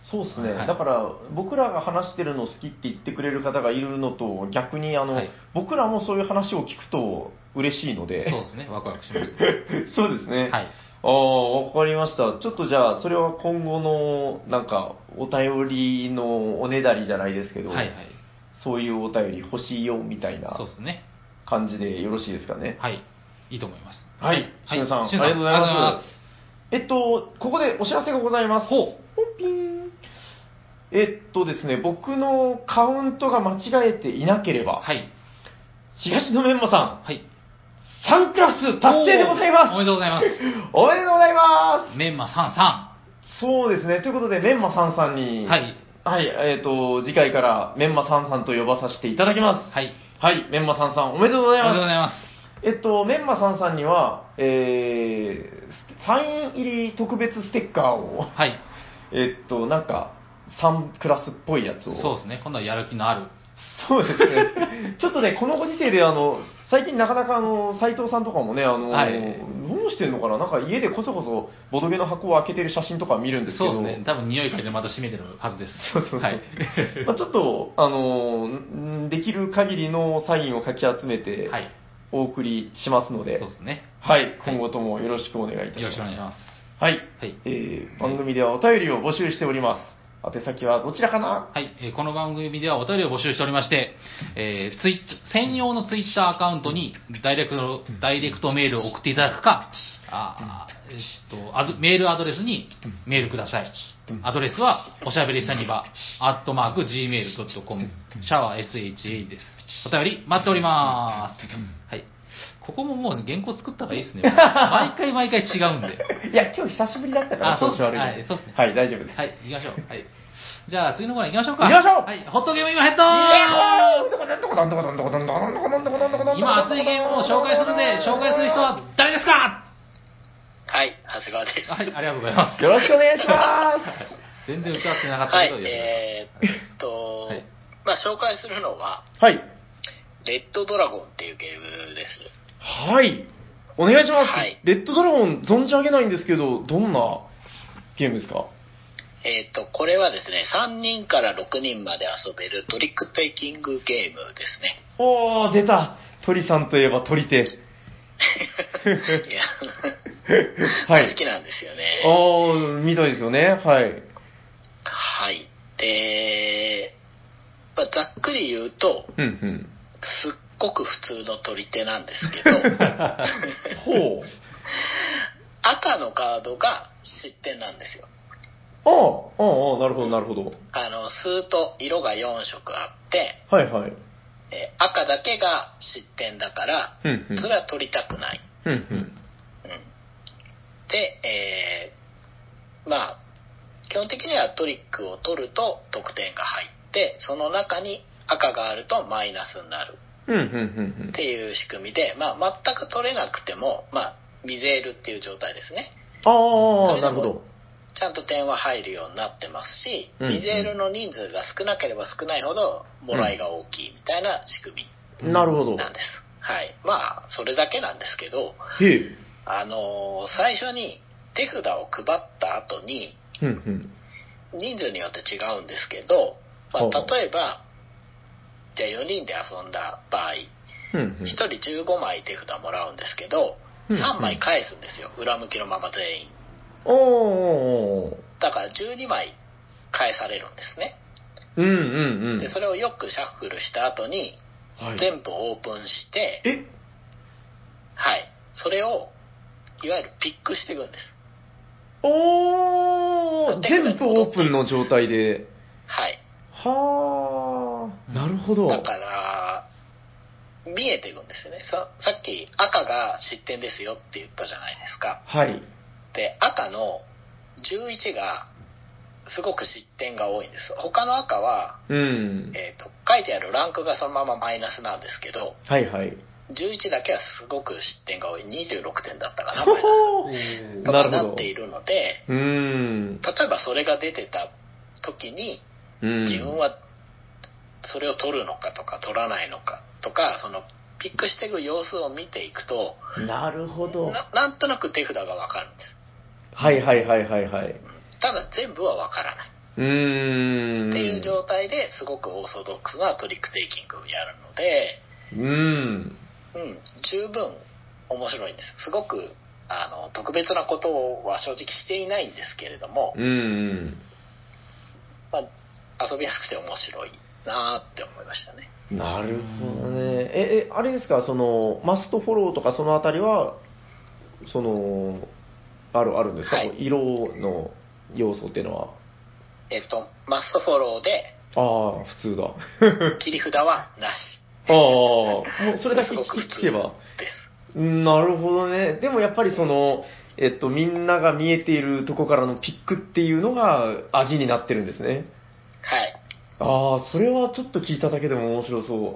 そうですね、はい、だから僕らが話してるの好きって言ってくれる方がいるのと逆にはい、僕らもそういう話を聞くと嬉しいので、 そうですね、ワクワクします、ね、 そうですね、 はい、 わかりました。ちょっとじゃあそれは今後のなんかお便りのおねだりじゃないですけど、 はいはい、 そういうお便り欲しいよみたいな感じでよろしいですかね。 はい、いいと思います。 はい、しゅんさん、ありがとうございます。ここでお知らせがございます。 ほう。 ピン。ですね、僕のカウントが間違えていなければ、 はい。 東野メンマさん、 はい。 3クラス達成でございます。 おめでとうございます。 おめでとうございます。 メンマ33。 そうですね、ということで、メンマ33に、 はい。 はい、次回からメンマ33と呼ばさせていただきます。 はい。 はい、メンマ33おめでとうございます。 おめでとうございます。 メンマさんさんには、サイン入り特別ステッカーを、 はい。 なんか、3クラスっぽいやつを。 そうですね、今度はやる気のある。 そうですね。ちょっとね、このご時世で、最近なかなか斉藤さんとかもね、 はい、 どうしてんのかな、なんか家でこそこそボドゲの箱を開けてる写真とか見るんですけど。 そうですね、多分匂い嗅いでまた閉めてるはずです。 そうそうそう。はい。まあちょっと、できる限りのサインをかき集めて、はい。お送りしますので、 そうですね。 はい、今後ともよろしくお願いいたします。 よろしくお願いします。 はい。はい、番組ではお便りを募集しております。宛先はどちらかな？ はい、この番組ではお便りを募集しておりまして、専用のツイッターアカウントにダイレクトメールを送っていただくか、メールアドレスにメールください。アドレスは、おしゃべりサニバ、@gmail.com、シャワー SHA です。お便り待っております。はい。ここももう原稿作った方がいいですね。毎回違うんで。 いや、今日久しぶりだったから調子悪い。 はい、そうですね。 はい、大丈夫です。 はい、行きましょう。はい。じゃあ、次のコーナー行きましょうか。 行きましょう。 はい、ホットゲーム今ヘッド今熱いゲームを紹介するぜ。紹介する人は誰ですか？ はい、長谷川です。 はい、ありがとうございます。 よろしくお願いします。 全然打ち合わせなかったけど、 はい、まあ紹介するのは、 はい。 レッドドラゴンっていうゲームです。 はい。お願いします。 はい。 レッドドラゴン存じ上げないんですけど、どんなゲームですか？ これはですね、3人から6人まで遊べるトリックテイキングゲームですね。 おー、出た。鳥さんといえば鳥手。いや、 はい、好きなんですよね。 みたいですよね。はい。 はい。で、まあ、ざっくり言うと、すっごく普通の取り手なんですけど、 ほう。 赤のカードが失点なんですよ。 なるほど、なるほど。 スーと色が4色あって、 はいはい。 赤だけが失点だから、それは取りたくない。で、まあ、基本的にはトリックを取ると得点が入って、その中に赤があるとマイナスになる。っていう仕組みで、まあ、全く取れなくても、まあ、ミゼールっていう状態ですね。 なるほど。 ちゃんと点は入るようになってますし、ミゼールの人数が少なければ少ないほど、もらいが大きいみたいな仕組みなるほど。 なんです。はい。まあ、それだけなんですけど、最初に手札を配った後に、人数によって違うんですけど、まあ、例えば、じゃあ4人で遊んだ場合、1人15枚手札もらうんですけど、3枚返すんですよ。裏向きのまま全員。だから12枚返されるんですね。で、それをよくシャッフルした後に、全部オープンして、はい。それを、いわゆるピックしていくんです。 全部オープンの状態で。 はい。 なるほど。 だから、見えていくんですよね。さっき赤が失点ですよって言ったじゃないですか。 はい。 で、赤の11がすごく失点が多いんです。他の赤は、書いてあるランクがそのままマイナスなんですけど、 はいはい。 11だけはすごく失点が多い。26点だったかな、マイナス。なっているので、例えばそれが出てた時に、自分はそれを取るのかとか取らないのかとか、そのピックしていく様子を見ていくと、 なるほど。 なんとなく手札がわかるんです。 はい。 ただ全部はわからない。 っていう状態ですごくオーソドックスなトリックテイキングをやるので、十分面白いんです。すごく特別なことは正直していないんですけれども、まあ、遊びやすくて面白いなって思いましたね。 なるほどね。あれですか、そのマストフォローとかそのあたりはそのあるんですか、はい、色の要素っていうのは。 マストフォローで、 普通だ。 切り札はなし。 もうそれだけ聞けば。なるほどね。でもやっぱりその、みんなが見えているとこからのピックっていうのが味になってるんですね。 はい。 それはちょっと聞いただけでも面白そう。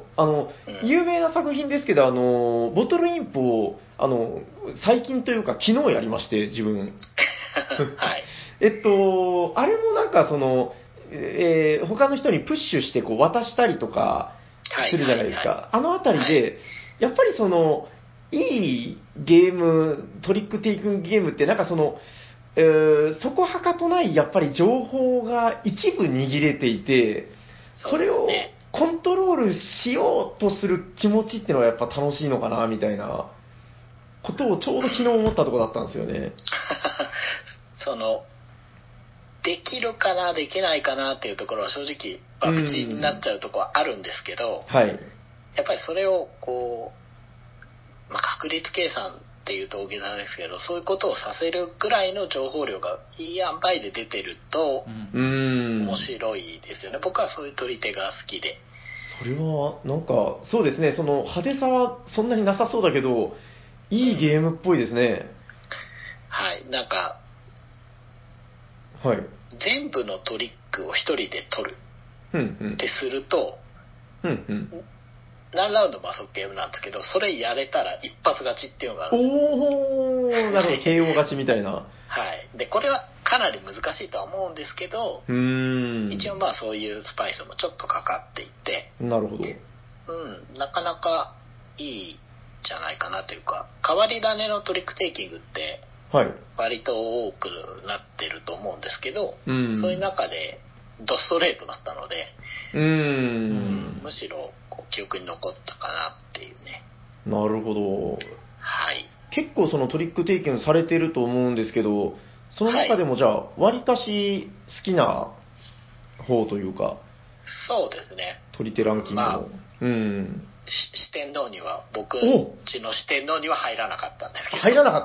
有名な作品ですけど、ボトルインプを、最近というか昨日やりまして、自分。はい。あれもなんかその、他の人にプッシュしてこう渡したりとかするじゃないですか。あのあたりで、やっぱりその、いいゲーム、トリックテイクンゲームってなんかその、そこはかとないやっぱり情報が一部握れていて、それをコントロールしようとする気持ちっていうのはやっぱ楽しいのかなみたいなことをちょうど昨日思ったところだったんですよね。 そのできるかなできないかなっていうところは正直博打になっちゃうところはあるんですけど、 はい、 やっぱりそれをこう、確率計算っていうと大げさですけど、そういうことをさせるぐらいの情報量がいい塩梅で出てると面白いですよね。僕はそういう取り手が好きで。 それはなんかそうですね、その派手さはそんなになさそうだけどいいゲームっぽいですね。 はい、なんか、 はい、 全部のトリックを一人で取るってすると、何ラウンドも遊ぶゲームなんですけど、それやれたら一発勝ちっていうのがあるんですよ。 なるほど、KO 勝ちみたいな。 はい。で、これはかなり難しいとは思うんですけど、一応そういうスパイスもちょっとかかっていて、 なるほど。 なかなかいいじゃないかなというか、変わり種のトリックテイキングって、割と多くなってると思うんですけど、そういう中でドストレートだったので、むしろ記憶に残ったかなっていうね。 なるほど。 はい。 結構そのトリックテイキングされてると思うんですけど、その中でもじゃあ割かし好きな方というか、 そうですね。 取り手ランキングの。 四天王には、僕ちの四天王には入らなかったんですけど。 入らなか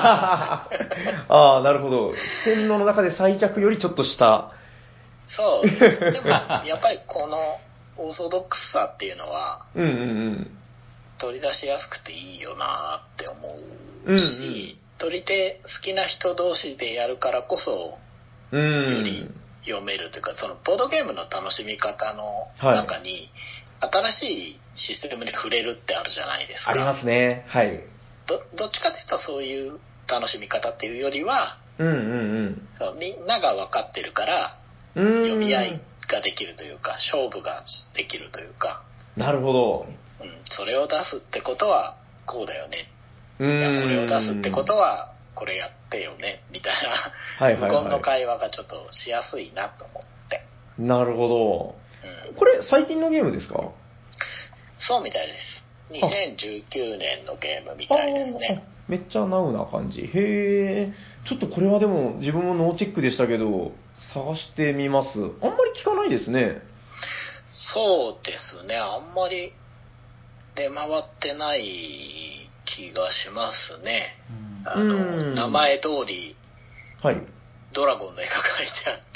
ったなるほど。四天王の中で最弱よりちょっと下。 そうです。でも、やっぱりこのオーソドックスさっていうのは、取り出しやすくていいよなって思うし、取り手好きな人同士でやるからこそ、より読めるというか、そのボードゲームの楽しみ方の中に、新しいシステムに触れるってあるじゃないですか。 ありますね。はい。 どっちかというとそういう楽しみ方っていうよりは、そうみんなが分かってるから、読み合いができるというか、勝負ができるというか。 なるほど。 それを出すってことはこうだよね。いやこれを出すってことはこれやってよねみたいな無言の会話がちょっとしやすいなと思って。 なるほど。これ最近のゲームですか？ そうみたいです。2019年のゲームみたいですね。 めっちゃナウな感じ。へえ。ちょっとこれはでも自分もノーチェックでしたけど探してみます。あんまり聞かないですね。 そうですね。あんまり出回ってない気がしますね。名前通り、ドラゴンの絵が描いてあって、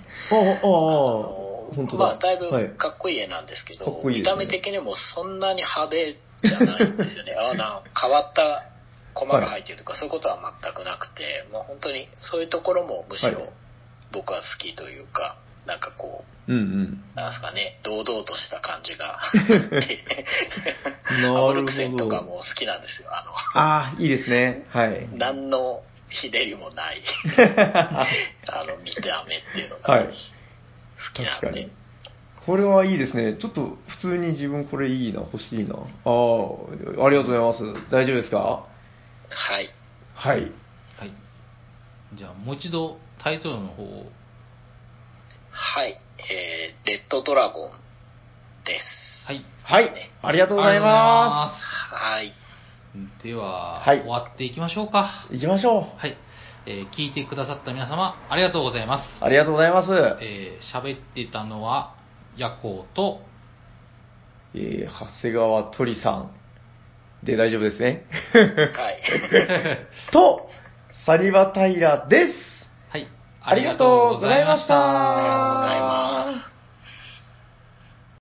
本当だ。 だいぶかっこいい絵なんですけど、見た目的にもそんなに派手じゃないんですよね。変わったコマが入ってるとか、そういうことは全くなくて、もう本当にそういうところもむしろ僕は好きというか、なんかこう、なんですかね、堂々とした感じがアブルクセンとかも好きなんですよ。 いいですね。はい。 何のひねりもない見た目っていうのが、好きなんで。 これはいいですね。ちょっと普通に自分これいいな、欲しいな。ありがとうございます。大丈夫ですか？ はい。 はい。じゃあもう一度タイトルの方をはい、レッドドラゴンです。 はい。 はい。ありがとうございます。 はい。 では、終わっていきましょうか。 行きましょう。 はい。聞いてくださった皆様、ありがとうございます。 ありがとうございます。 喋ってたのは、ヤコウと、 長谷川鳥さんで大丈夫ですね。 はい。 と、サリバタイラです。 はい。 ありがとうございました。 ありがとうございます。